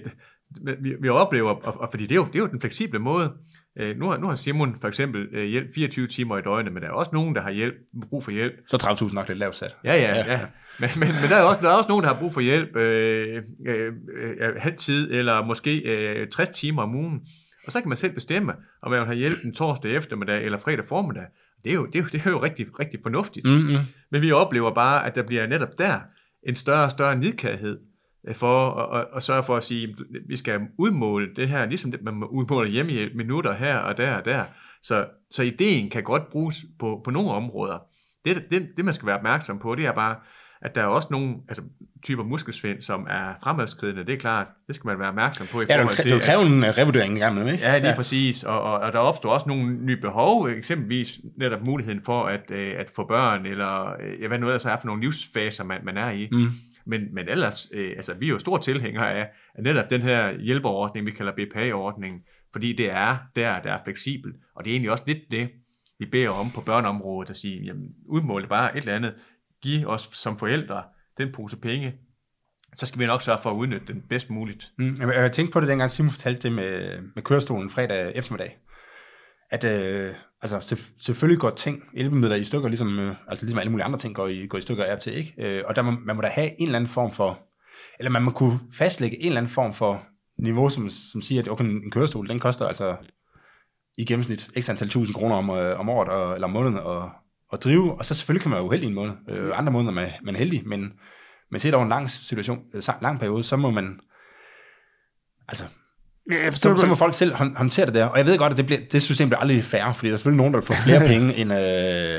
vi, vi oplever, og, og fordi det er, jo, det er jo den fleksible måde. Nu har, nu har Simon for eksempel hjælp fireogtyve timer i døgnet, men der er også nogen, der har hjælp, brug for hjælp. Så tredive tusind nok lidt lavt sat. Ja, ja, ja. ja. Men, men, men der, er også, der er også nogen, der har brug for hjælp øh, øh, øh, halv tid, eller måske øh, tres timer om ugen. Og så kan man selv bestemme, om man vil have hjælp en torsdag eftermiddag eller fredag formiddag. Det er jo, det er jo, det er jo rigtig, rigtig fornuftigt. Mm-hmm. Men vi oplever bare, at der bliver netop der en større og større nidkærhed for at, at, at sørge for at sige, at vi skal udmåle det her, ligesom det, man udmåler hjemmehjælp minutter her og der og der. Så, så ideen kan godt bruges på, på nogle områder. Det, det, det, man skal være opmærksom på, det er bare, at der er også nogle altså, typer muskelsvind, som er fremadskridende. Det er klart, det skal man være opmærksom på i ja, forhold til. Ja, det kræver en revurdering en gang, ikke? Ja, lige ja. præcis. Og, og, og der opstår også nogle nye behov, eksempelvis netop muligheden for at, at få børn, eller ja, hvad nu ellers er for nogle livsfaser, man, man er i. Mm. Men, men ellers, øh, altså vi er jo store tilhængere af, af netop den her hjælperordning, vi kalder B P A-ordningen, fordi det er der, der er fleksibel. Og det er egentlig også lidt det, vi beder om på børneområdet, at sige, jamen udmåle bare et eller andet, give os som forældre den pose penge, så skal vi nok sørge for at udnytte den bedst muligt. Mm, jeg, jeg tænkte på det, dengang Simon fortalte det med, med kørestolen fredag eftermiddag, at øh, altså, selv, selvfølgelig går ting, hjælpemidler i stykker, ligesom, øh, altså, ligesom alle mulige andre ting går i, går i stykker af til, ikke? Øh, og der må, man må da have en eller anden form for, eller man må kunne fastlægge en eller anden form for niveau, som, som siger, at okay, en kørestol, den koster altså i gennemsnit x antal tusind kroner om, øh, om året, og, eller om måneden, og at drive, og så selvfølgelig kan man jo uheldig en måned. Øh, andre måneder man, man er heldig, men, men set over en lang situation, en lang periode, så må man, altså, ja, så, så må folk selv håndtere det der. Og jeg ved godt, at det, bliver, det system bliver aldrig færre, fordi der er selvfølgelig nogen, der får flere penge, end, øh, ja.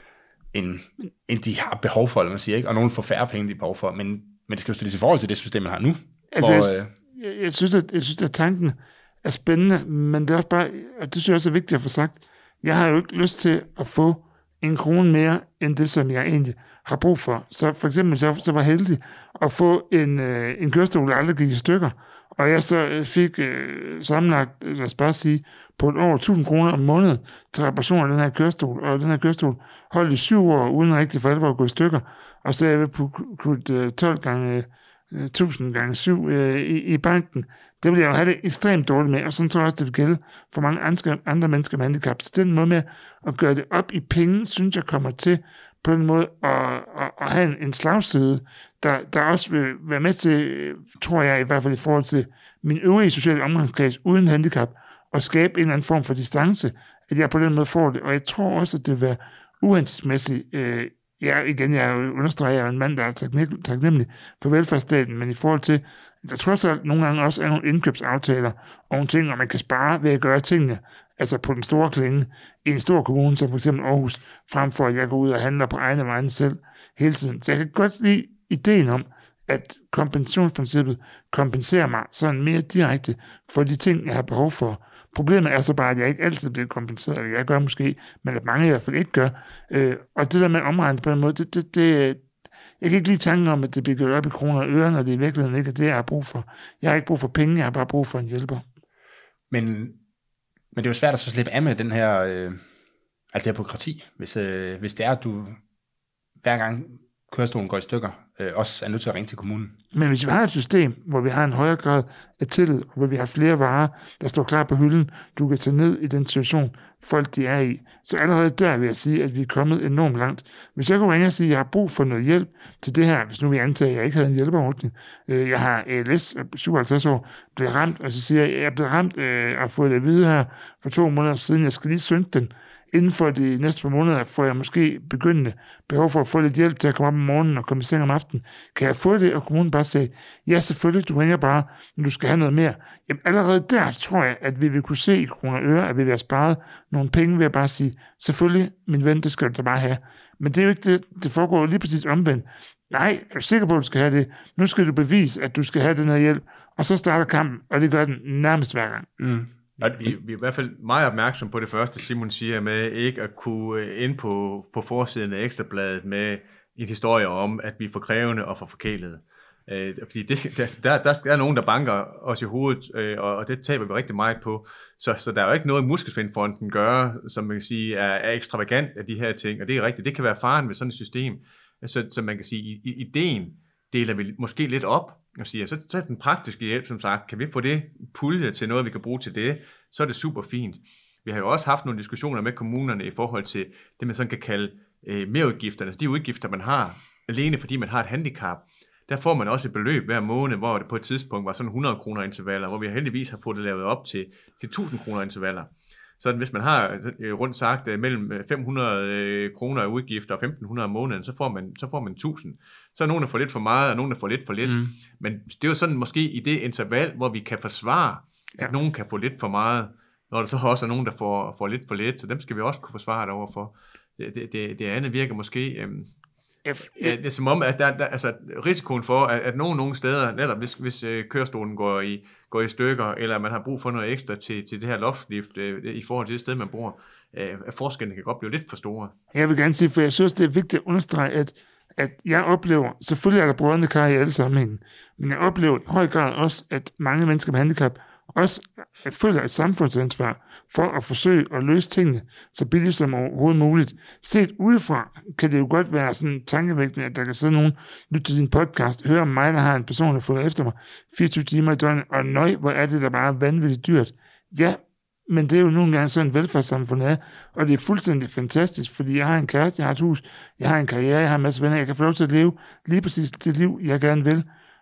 end, end de har behov for, eller man siger, ikke? Og nogen får færre penge, de har behov for, men, men det skal jo stilles i forhold til det system, man har nu. Altså, hvor, jeg, jeg, jeg, synes, at, jeg synes, at tanken er spændende, men det er også bare, og det synes jeg også er vigtigt at få sagt, jeg har jo ikke lyst til at få en krone mere, end det, som jeg egentlig har brug for. Så for eksempel, så, så var jeg heldig at få en, øh, en kørestol, der aldrig gik i stykker, og jeg så fik øh, sammenlagt, lad os bare sige, på et år tusind kroner om måneden til reparation af den her kørestol, og den her kørestol holdt i syv år, uden rigtig for alvor at gå i stykker, og så er jeg ved på putte tolv gange tusind gange syv øh, i, i banken. Det vil jeg jo have det ekstremt dårligt med, og sådan tror jeg også, det vil gælde for mange andre, andre mennesker med handicap. Så den måde med at gøre det op i penge, synes jeg kommer til på den måde at, at, at have en, en slagside, der, der også vil være med til, tror jeg i hvert fald i forhold til min øvrige sociale omgangskreds uden handicap, og skabe en eller anden form for distance, at jeg på den måde får det. Og jeg tror også, at det vil være uhensigtsmæssigt. Øh, ja, igen, jeg understreger, jeg er en mand, der er taknemmelig for velfærdsstaten, men i forhold til, der trods alt nogle gange også er nogle indkøbsaftaler og nogle ting, og man kan spare ved at gøre tingene, altså på den store klinge, i en stor kommune, som for eksempel Aarhus, frem for at jeg går ud og handler på egne vegne selv hele tiden. Så jeg kan godt lide ideen om, at kompensationsprincippet kompenserer mig sådan mere direkte for de ting, jeg har behov for. Problemet er så bare, at jeg ikke altid bliver kompenseret, eller jeg gør måske, men at mange i hvert fald ikke gør. Øh, og det der med omregnet på den måde, det, det, det, jeg kan ikke lide tanken om, at det bliver gjort op i kroner og øre, når det i virkeligheden ikke er det, jeg har brug for. Jeg har ikke brug for penge, jeg har bare brug for en hjælper. Men, men det er jo svært at så slippe af med den her, øh, altså her bureaukrati, hvis, øh, hvis det er, at du hver gang kørestolen går i stykker, øh, også er nødt til at ringe til kommunen. Men hvis vi har et system, hvor vi har en højere grad af tillid, og hvor vi har flere varer, der står klar på hylden, du kan tage ned i den situation, folk de er i, så allerede der vil jeg sige, at vi er kommet enormt langt. Hvis jeg kunne ringe og sige, at jeg har brug for noget hjælp til det her, hvis nu vi antager, at jeg ikke havde en hjælperordning, øh, jeg har A L S, syvoghalvtreds år, bliver ramt, og så siger jeg, at jeg er blevet ramt øh, og har fået det at vide her for to måneder siden, jeg skal lige synke den. Inden for de næste par måneder får jeg måske begyndende behov for at få lidt hjælp til at komme op om morgenen og komme i seng om aftenen. Kan jeg få det? Og kommunen bare sige, ja selvfølgelig, du ringer bare, men du skal have noget mere. Jamen allerede der tror jeg, at vi vil kunne se i kroner og øre, at vi vil have sparet nogle penge ved at bare sige, selvfølgelig, min ven, det skal du da bare have. Men det er jo ikke det, det foregår lige præcis omvendt. Nej, er du sikker på, at du skal have det? Nu skal du bevise, at du skal have den her hjælp, og så starter kampen, og det gør den nærmest hver gang. Mm. Vi, vi, vi er i hvert fald meget opmærksom på det første, Simon siger, med ikke at kunne ind på, på forsiden af Ekstrabladet med en historie om, at vi er for krævende og for forkælede. Øh, fordi det, der, der, der er nogen, der banker os i hovedet, øh, og, og det taber vi rigtig meget på. Så, så der er jo ikke noget, Muskelsvindfonden gør, som man kan sige er, er ekstravagant af de her ting, og det er rigtigt. Det kan være faren ved sådan et system. Så, så man kan sige, i, i ideen deler vi måske lidt op, og siger, så, så er den praktiske hjælp, som sagt, kan vi få det pulje til noget, vi kan bruge til det, så er det super fint. Vi har jo også haft nogle diskussioner med kommunerne i forhold til det, man sådan kan kalde øh, merudgifterne, altså de udgifter, man har, alene fordi man har et handicap. Der får man også et beløb hver måned, hvor det på et tidspunkt var sådan hundrede kroner intervaller, hvor vi heldigvis har fået det lavet op til, til tusind kroner intervaller. Så hvis man har rundt sagt mellem fem hundrede kroner af udgifter og femten hundrede om måneden, så får man så får man tusind. Så er nogen, der får lidt for meget, og nogen, der får lidt for lidt. Mm. Men det er jo sådan måske i det interval, hvor vi kan forsvare, at ja. nogen kan få lidt for meget, når der så også er nogen, der får, får lidt for lidt. Så dem skal vi også kunne forsvare det overfor. Det, det, det, det andet virker måske... Øhm, Ja, det er som om, at der, der altså risikoen for, at, at nogen nogle steder, netop hvis, hvis øh, kørestolen går i, går i stykker, eller man har brug for noget ekstra til, til det her loftlift øh, i forhold til det sted, man bor, øh, at forskellene kan godt blive lidt for store. Jeg vil gerne sige, for jeg synes, det er vigtigt at understrege, at, at jeg oplever, selvfølgelig er der brødrende kar i alle sammenhængen, men jeg oplever i høj grad også, at mange mennesker med handicap også føler et samfundsansvar for at forsøge at løse tingene så billigt som overhovedet muligt. Set udefra kan det jo godt være sådan tankevækkende, at der kan sidde nogen, lytte til din podcast, høre om mig, der har en person, der følger efter mig fireogtyve timer i døgnet, og nøj, hvor er det der bare vanvittigt dyrt. Ja, men det er jo nogle gange sådan en velfærdssamfund er, og det er fuldstændig fantastisk, fordi jeg har en kæreste, jeg har et hus, jeg har en karriere, jeg har en masse venner, jeg kan få lov til at leve lige præcis det liv, jeg gerne vil.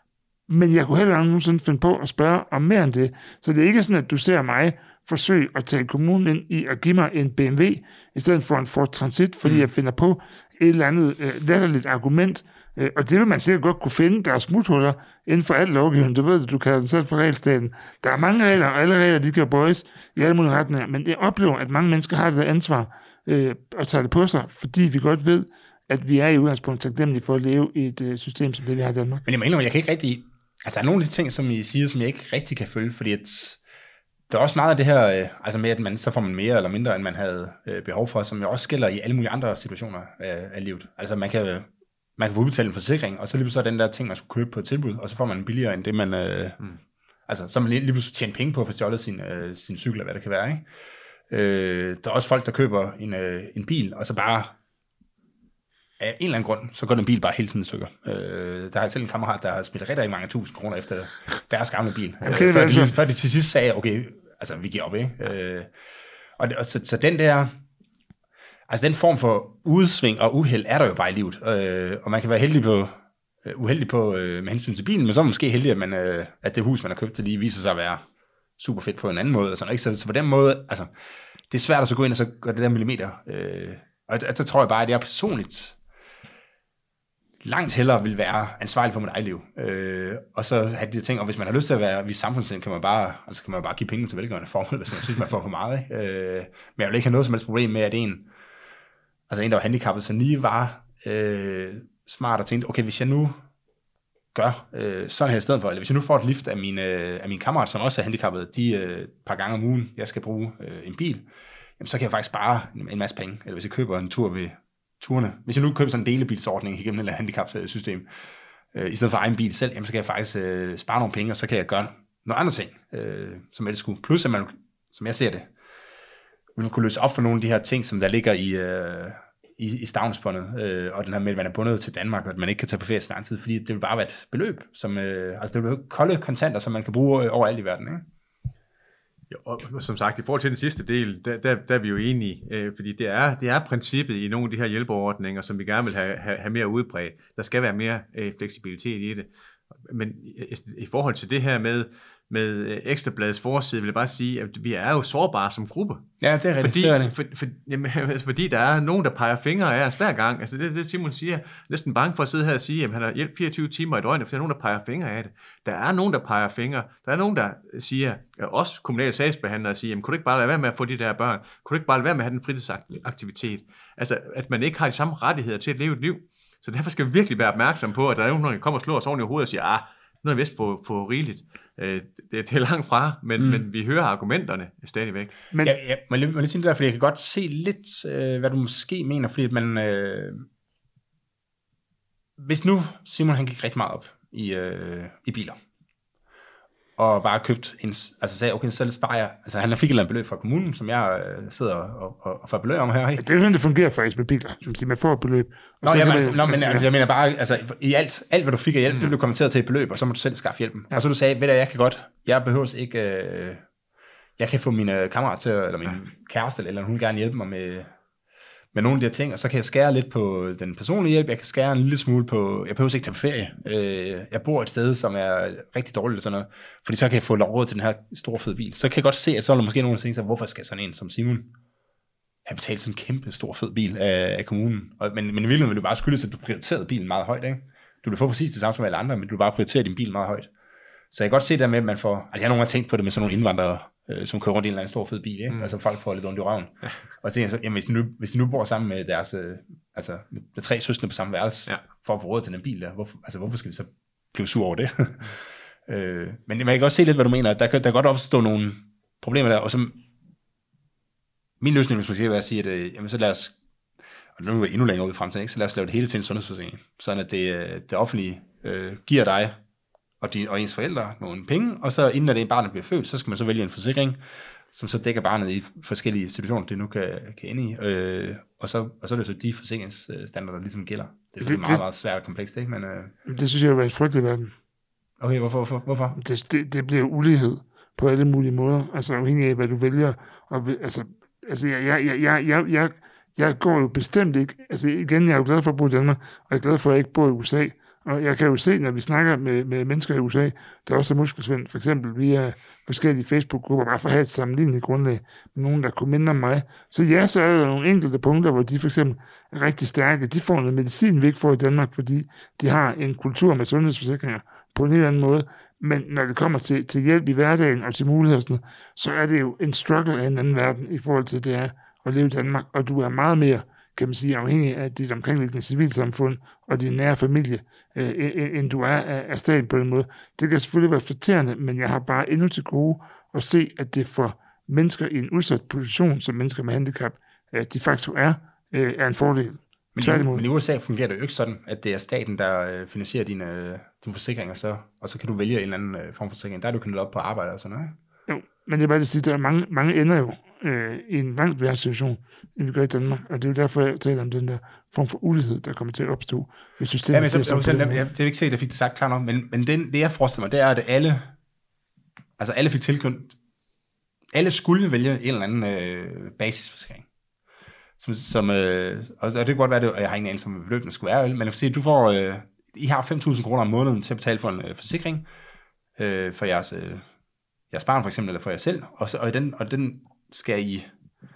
Men jeg kunne heller ikke nogensinde finde på at spørge om mere end det. Så det er ikke sådan, at du ser mig forsøge at tage kommunen ind i at give mig en B M W, i stedet for en Ford Transit, fordi mm. jeg finder på et eller andet øh, latterligt argument. Øh, og det vil man sikkert godt kunne finde. Der er smuthuller inden for alt lovgivning. Du ved, du kalder den selv for regelstaten. Der er mange regler, og alle regler, de kan bøjes i alle mulige retninger. Men jeg oplever, at mange mennesker har det ansvar øh, at tage det på sig, fordi vi godt ved, at vi er i udgangspunkt taknemmelige for at leve i et øh, system, som det vi har i Danmark. Men jeg mener, jeg kan ikke rigtig... Altså, der er nogle af de ting, som I siger, som jeg ikke rigtig kan følge, fordi at der er også meget af det her, øh, altså med, at man så får man mere eller mindre, end man havde øh, behov for, som jo også gælder i alle mulige andre situationer af, af livet. Altså, man kan, man kan få udbetalt en forsikring, og så lige så den der ting, man skulle købe på et tilbud, og så får man billigere end det, man... Øh, mm. Altså, så man lige, lige pludselig tjene penge på at få stjålet sin, øh, sin cykel, eller hvad det kan være, ikke? Øh, der er også folk, der køber en, øh, en bil, og så bare... af en eller anden grund, så går den bil bare hele tiden i stykker. Øh, der har selv en kammerat, der har spillet rigtig mange tusind kroner efter deres gamle bil. Okay, øh, før, de, før de til sidst sagde, okay, altså vi giver op, ikke? Øh, og, og så, så den der, altså den form for udsving og uheld er der jo bare i livet. Øh, og man kan være heldig på, uh, uheldig på uh, med hensyn til bilen, men så er man måske heldig, at, man, uh, at det hus, man har købt, det lige viser sig at være super fedt på en anden måde. Og sådan, ikke? Så, så på den måde, altså, det er svært at så gå ind og så gøre det der millimeter. Øh, og så tror jeg bare, at jeg personligt langt hellere vil være ansvarlig for mit eget liv. Øh, og så have de ting, og hvis man har lyst til at være vis samfundssind, kan man bare, altså kan man bare give penge til velgørende formål, hvis man synes, man får for meget. Øh, men jeg vil ikke have noget som helst problem med, at en, altså en, der var handicappet, så lige var øh, smart og tænkte, okay, hvis jeg nu gør øh, sådan her i stedet for, eller hvis jeg nu får et lift af mine, øh, af mine kammerater, som også er handicappet, de øh, par gange om ugen, jeg skal bruge øh, en bil, jamen, så kan jeg faktisk spare en, en masse penge. Eller hvis jeg køber en tur ved turene. Hvis jeg nu køber sådan en delebilsordning igennem et handicapsystem, øh, i stedet for egen bil selv, jamen, så kan jeg faktisk øh, spare nogle penge, og så kan jeg gøre nogle andre ting, øh, som jeg skulle. Plus, at man, som jeg ser det, vil man kunne løse op for nogle af de her ting, som der ligger i, øh, i, i stavnsbåndet, øh, og den her med, at man er bundet til Danmark, og at man ikke kan tage på ferie så lang tid, fordi det vil bare være et beløb, som, øh, altså det vil være kolde kontanter, som man kan bruge overalt i verden, ikke? Jo, og som sagt, i forhold til den sidste del, der, der, der er vi jo enige, øh, fordi det er, det er princippet i nogle af de her hjælpeordninger, som vi gerne vil have, have, have mere udbredt. Der skal være mere øh, fleksibilitet i det. Men i, i forhold til det her med, med Ekstrabladets forside, vil jeg bare sige, at vi er jo sårbare som gruppe. Ja, det er rigtigt. Fordi, det er det. For, for, jamen, fordi der er nogen, der peger fingre af os hver gang. Altså det er det, Simon siger. Næsten bange for at sidde her og sige, at han har hjælp fireogtyve timer i døgnet, for der er nogen, der peger fingre af det. Der er nogen, der peger fingre. Der er nogen, der siger, også kommunale sagsbehandlere siger, jamen, kunne du ikke bare lade være med at få de der børn? Kunne du ikke bare lade være med at have den fritidsaktivitet? Altså, at man ikke har de samme rettigheder til at leve et liv. Så derfor skal vi virkelig være opmærksom på, at der er nogen, der kommer og slår os oven i hovedet og siger, ah, noget vest for, for rigeligt. Øh, det, det er langt fra, men, mm. men vi hører argumenterne stadigvæk. Men ja, ja, må jeg lige sige det der, fordi jeg kan godt se lidt, øh, hvad du måske mener, fordi at man... Øh, hvis nu Simon han gik rigtig meget op i, øh, i biler, og bare købt en, altså sagde, okay, så sparer jeg, altså han fik et eller andet beløb fra kommunen, som jeg øh, sidder og, og, og får beløb om her. Ikke? Det er jo sådan, det fungerer faktisk med biler, man får et beløb. Nå, jamen, altså, nå, men altså, jeg mener bare, altså i alt, alt hvad du fik af hjælp, mm. det blev konverteret til et beløb, og så må du selv skaffe hjælpen. Ja. Og så du sagde, ved du, jeg kan godt, jeg behøver ikke, øh, jeg kan få mine kammerater til, eller min ja. kæreste, eller hun gerne hjælpe mig med, med nogle af de her ting, og så kan jeg skære lidt på den personlige hjælp, jeg kan skære en lille smule på, jeg behøver ikke tage på ferie, øh, jeg bor et sted, som er rigtig dårligt, sådan noget, fordi så kan jeg få lov til den her store fede bil. Så kan jeg godt se, at så er der måske nogen, der tænker sig, hvorfor skal sådan en som Simon have betalt sådan en kæmpe stor fed bil af, af kommunen? Og, men, men i virkeligheden vil du bare skyldes, at du prioriterede bilen meget højt, ikke? Du vil få præcis det samme som alle andre, men du vil bare prioritere din bil meget højt. Så jeg kan godt se der med, at man får, altså jeg har nogle gange tænkt på det med sådan nogle indvandrere, øh, som kører rundt i en eller anden stor fed bil, ikke? Mm. Altså folk får lidt ondt i røven. Ja. Og så tænker jeg så, jamen hvis de, nu, hvis de nu bor sammen med deres, øh, altså med tre søskende på samme værelse, ja. for at få råd til den bil der, hvorfor, altså hvorfor skal vi så blive sur over det? Mm. øh, men man kan godt se lidt, hvad du mener. Der kan, der kan godt opstå nogle problemer der, og som min løsning, hvis man skal være at sige, at øh, jamen så lad os, og nu er vi endnu længere ud i fremtiden, ikke? Så lad os lave det hele til en sundhedsforsikring, sådan at det, det offentlige øh, giver dig og, de, og ens forældre nogle penge, og så inden at det barnet bliver født, så skal man så vælge en forsikring, som så dækker barnet i forskellige situationer, det nu kan, kan ende i, øh, og, så, og så er det så de forsikringsstandarder, der ligesom gælder. Det er det, meget, det, meget svært og komplekst, ikke? Men, øh, det synes jeg er en frygtelig verden. Okay, hvorfor? hvorfor, hvorfor? Det, det, det bliver ulighed på alle mulige måder, altså afhængig af, hvad du vælger. Og, altså, altså jeg, jeg, jeg, jeg, jeg, jeg, jeg går jo bestemt ikke, altså igen, jeg er jo glad for at bo i Danmark, og jeg er glad for, at jeg ikke bor i U S A. Og jeg kan jo se, når vi snakker med, med mennesker i U S A, der også er muskelsvind, for eksempel via forskellige Facebook-grupper, bare for at have et sammenligneligt grundlag med nogen, der kunne minde om mig. Så ja, så er der nogle enkelte punkter, hvor de for eksempel er rigtig stærke. De får noget medicin, vi ikke får i Danmark, fordi de har en kultur med sundhedsforsikringer på en helt anden måde. Men når det kommer til, til hjælp i hverdagen og til muligheder, sådan noget, så er det jo en struggle af en anden verden i forhold til det er at leve i Danmark. Og du er meget mere, kan man sige, afhængig af dit omkringliggende civilsamfund og din nære familie, øh, end du er af, af staten på den måde. Det kan selvfølgelig være flatterende, men jeg har bare endnu til gode at se, at det for mennesker i en udsat position, som mennesker med handicap, øh, de facto er, øh, er en fordel. Men i, men i U S A fungerer det jo ikke sådan, at det er staten, der øh, finansierer dine, øh, dine forsikringer, så, og så kan du vælge en eller anden øh, form for forsikring. Der er du knyttet op på arbejde og sådan noget. Jo, men det er bare det sige, der er mange, mange ender jo øh, i en langt værre situation, end vi gør i Danmark. Og det er jo derfor, jeg taler om den der form for ulighed, der kommer til at opstå i systemet. Ja, men så, så, så, jeg, jeg, det er ikke sikkert, at jeg fik det sagt klart nok, men, men den, det jeg forestiller mig, det er, at alle, altså alle fik tilknyttet, alle skulle vælge en eller anden øh, basisforsikring. Som, som, øh, og det kan godt være, at jeg har ingen anelse om, hvad beløbene skulle være, men jeg vil sige, at du får, øh, I har fem tusind kroner om måneden til at betale for en øh, forsikring, øh, for jeres, øh, jeres barn for eksempel, eller for jer selv, og, så, og, den, og den skal I,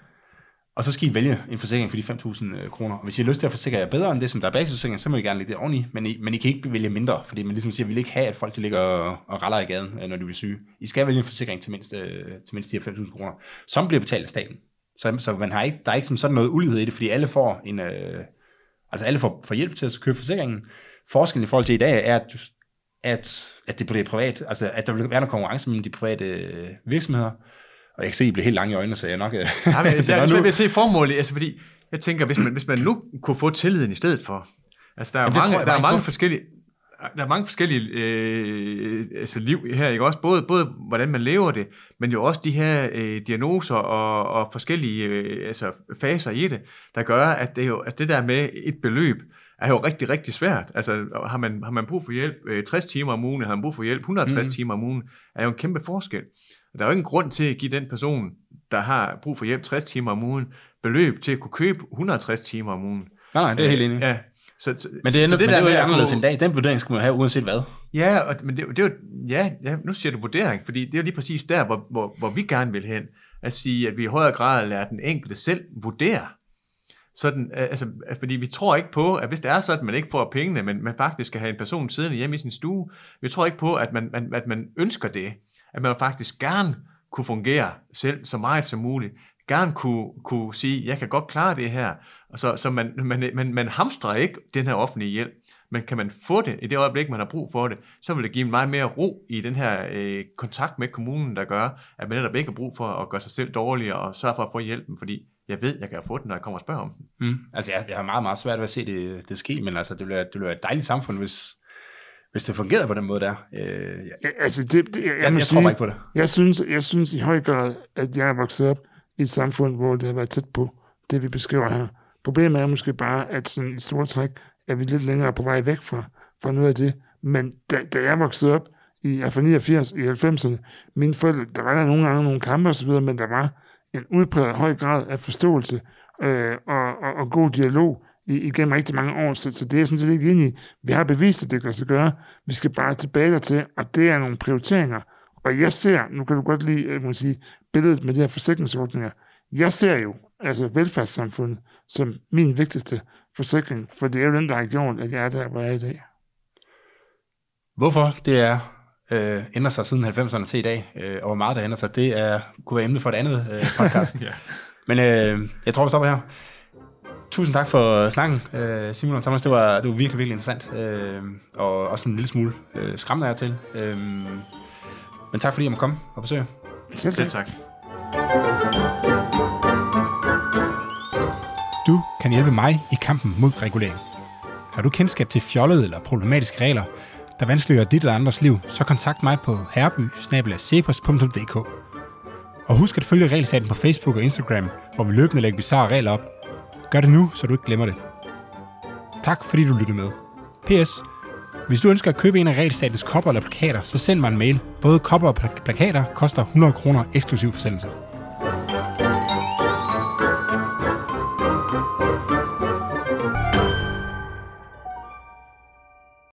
og så skal I vælge en forsikring for de fem tusind øh, kroner. Og hvis I har lyst til at forsikre jer bedre end det, som der er basisforsikring, så må I gerne lægge det oveni, men I, men I kan ikke vælge mindre, fordi man ligesom siger, at vi vil ikke have, at folk de ligger og, og raller i gaden, øh, når de bliver syge. I skal vælge en forsikring til mindst, øh, til mindst de her fem tusind kroner, som bliver betalt af staten. Så, så man har ikke, der er ikke som sådan noget ulighed i det, fordi alle får en, øh, altså alle får, får hjælp til at købe forsikringen. Forskellen i forhold til i dag er, at, at, at det bliver privat, altså at der vil være noget konkurrence mellem de private øh, virksomheder. Og jeg kan se, at I bliver helt lange i øjnene, så jeg nok... Øh, ja, men, jeg, jeg vil se formålet, altså fordi, jeg tænker, hvis man, hvis man nu kunne få tilliden i stedet for, altså der er Jamen, mange, der er mange forskellige... Der er mange forskellige øh, altså liv her, ikke også? Både, både hvordan man lever det, men jo også de her øh, diagnoser og, og forskellige øh, altså faser i det, der gør, at det, jo, at det der med et beløb er jo rigtig, rigtig svært. Altså har man, har man brug for hjælp øh, tres timer om ugen, har man brug for hjælp et hundrede og tres mm. timer om ugen, er jo en kæmpe forskel. Og der er jo ingen grund til at give den person, der har brug for hjælp tres timer om ugen, beløb til at kunne købe et hundrede og tres timer om ugen. Nej, nej, det er helt enig. Ja. Så, så, men det er, så det, men det er jo ikke anderledes end dag. Den vurdering skal man have uanset hvad. Ja, og, men det, det er jo, ja, ja, nu siger du vurdering, fordi det er jo lige præcis der, hvor, hvor, hvor vi gerne vil hen. At sige, at vi i højere grad lader den enkelte selv vurdere. Sådan, altså, fordi vi tror ikke på, at hvis det er sådan, at man ikke får pengene, men man faktisk skal have en person siddende hjemme i sin stue, vi tror ikke på, at man, man, at man ønsker det. At man faktisk gerne kunne fungere selv så meget som muligt. gerne kunne, kunne sige, jeg kan godt klare det her. Og så, så man, man, man, man hamstrer ikke den her offentlige hjælp, men kan man få det i det øjeblik, man har brug for det, så vil det give meget mere ro i den her øh, kontakt med kommunen, der gør, at man netop ikke har brug for at gøre sig selv dårligere og sørge for at få hjælpen, fordi jeg ved, jeg kan få den, når jeg kommer og spørger om den. Mm. Altså, jeg, jeg har meget, meget svært ved at se det, det ske, men altså, det bliver, det bliver et dejligt samfund, hvis, hvis det fungerede på den måde der. Øh, jeg, ja, altså, det, det, jeg, jeg, jeg, jeg sige, tror ikke på det. Jeg synes, jeg synes i høj grad, at jeg er vokset op i et samfund, hvor det har været tæt på det, vi beskriver her. Problemet er måske bare, at sådan i store træk er vi lidt længere på vej væk fra, fra noget af det. Men da, da jeg voksede op i niogfirs, i halvfemserne, mine forældre, der var der nogle gange nogle kampe osv., men der var en udpræget høj grad af forståelse øh, og, og, og god dialog igennem rigtig mange år, så, så det er jeg sådan set ikke enig i. Vi har bevist, at det kan sig gøre. Vi skal bare tilbage dertil, og det er nogle prioriteringer. Og jeg ser, nu kan du godt lide, må sige, billedet med de her forsikringsordninger. Jeg ser jo altså velfærdssamfundet som min vigtigste forsikring, for det er jo den, der har gjort, at jeg er der, hvor jeg er i dag. Hvorfor det er øh, ændrer sig siden halvfemserne til i dag, øh, og hvor meget der ændrer sig, det er, kunne være emne for et andet øh, podcast. Ja. Men øh, jeg tror, vi stopper her. Tusind tak for snakken, øh, Simon og Thomas. Det var, det var virkelig, virkelig interessant, øh, og også en lille smule øh, skræmmende her til. Øh, men tak fordi jeg måtte komme og besøge. Selv tak. Selv tak. Du kan hjælpe mig i kampen mod regulering. Har du kendskab til fjollede eller problematiske regler, der vanskeliggør dit eller andres liv, så kontakt mig på herreby bindestreg cepos punktum d k. Og husk at følge Regelstaten på Facebook og Instagram, hvor vi løbende lægger bizarre regler op. Gør det nu, så du ikke glemmer det. Tak fordi du lyttede med. P S. Hvis du ønsker at købe en af Regelstatens kopper eller plakater, så send mig en mail. Både kopper og plakater koster hundrede kroner eksklusiv forsendelse.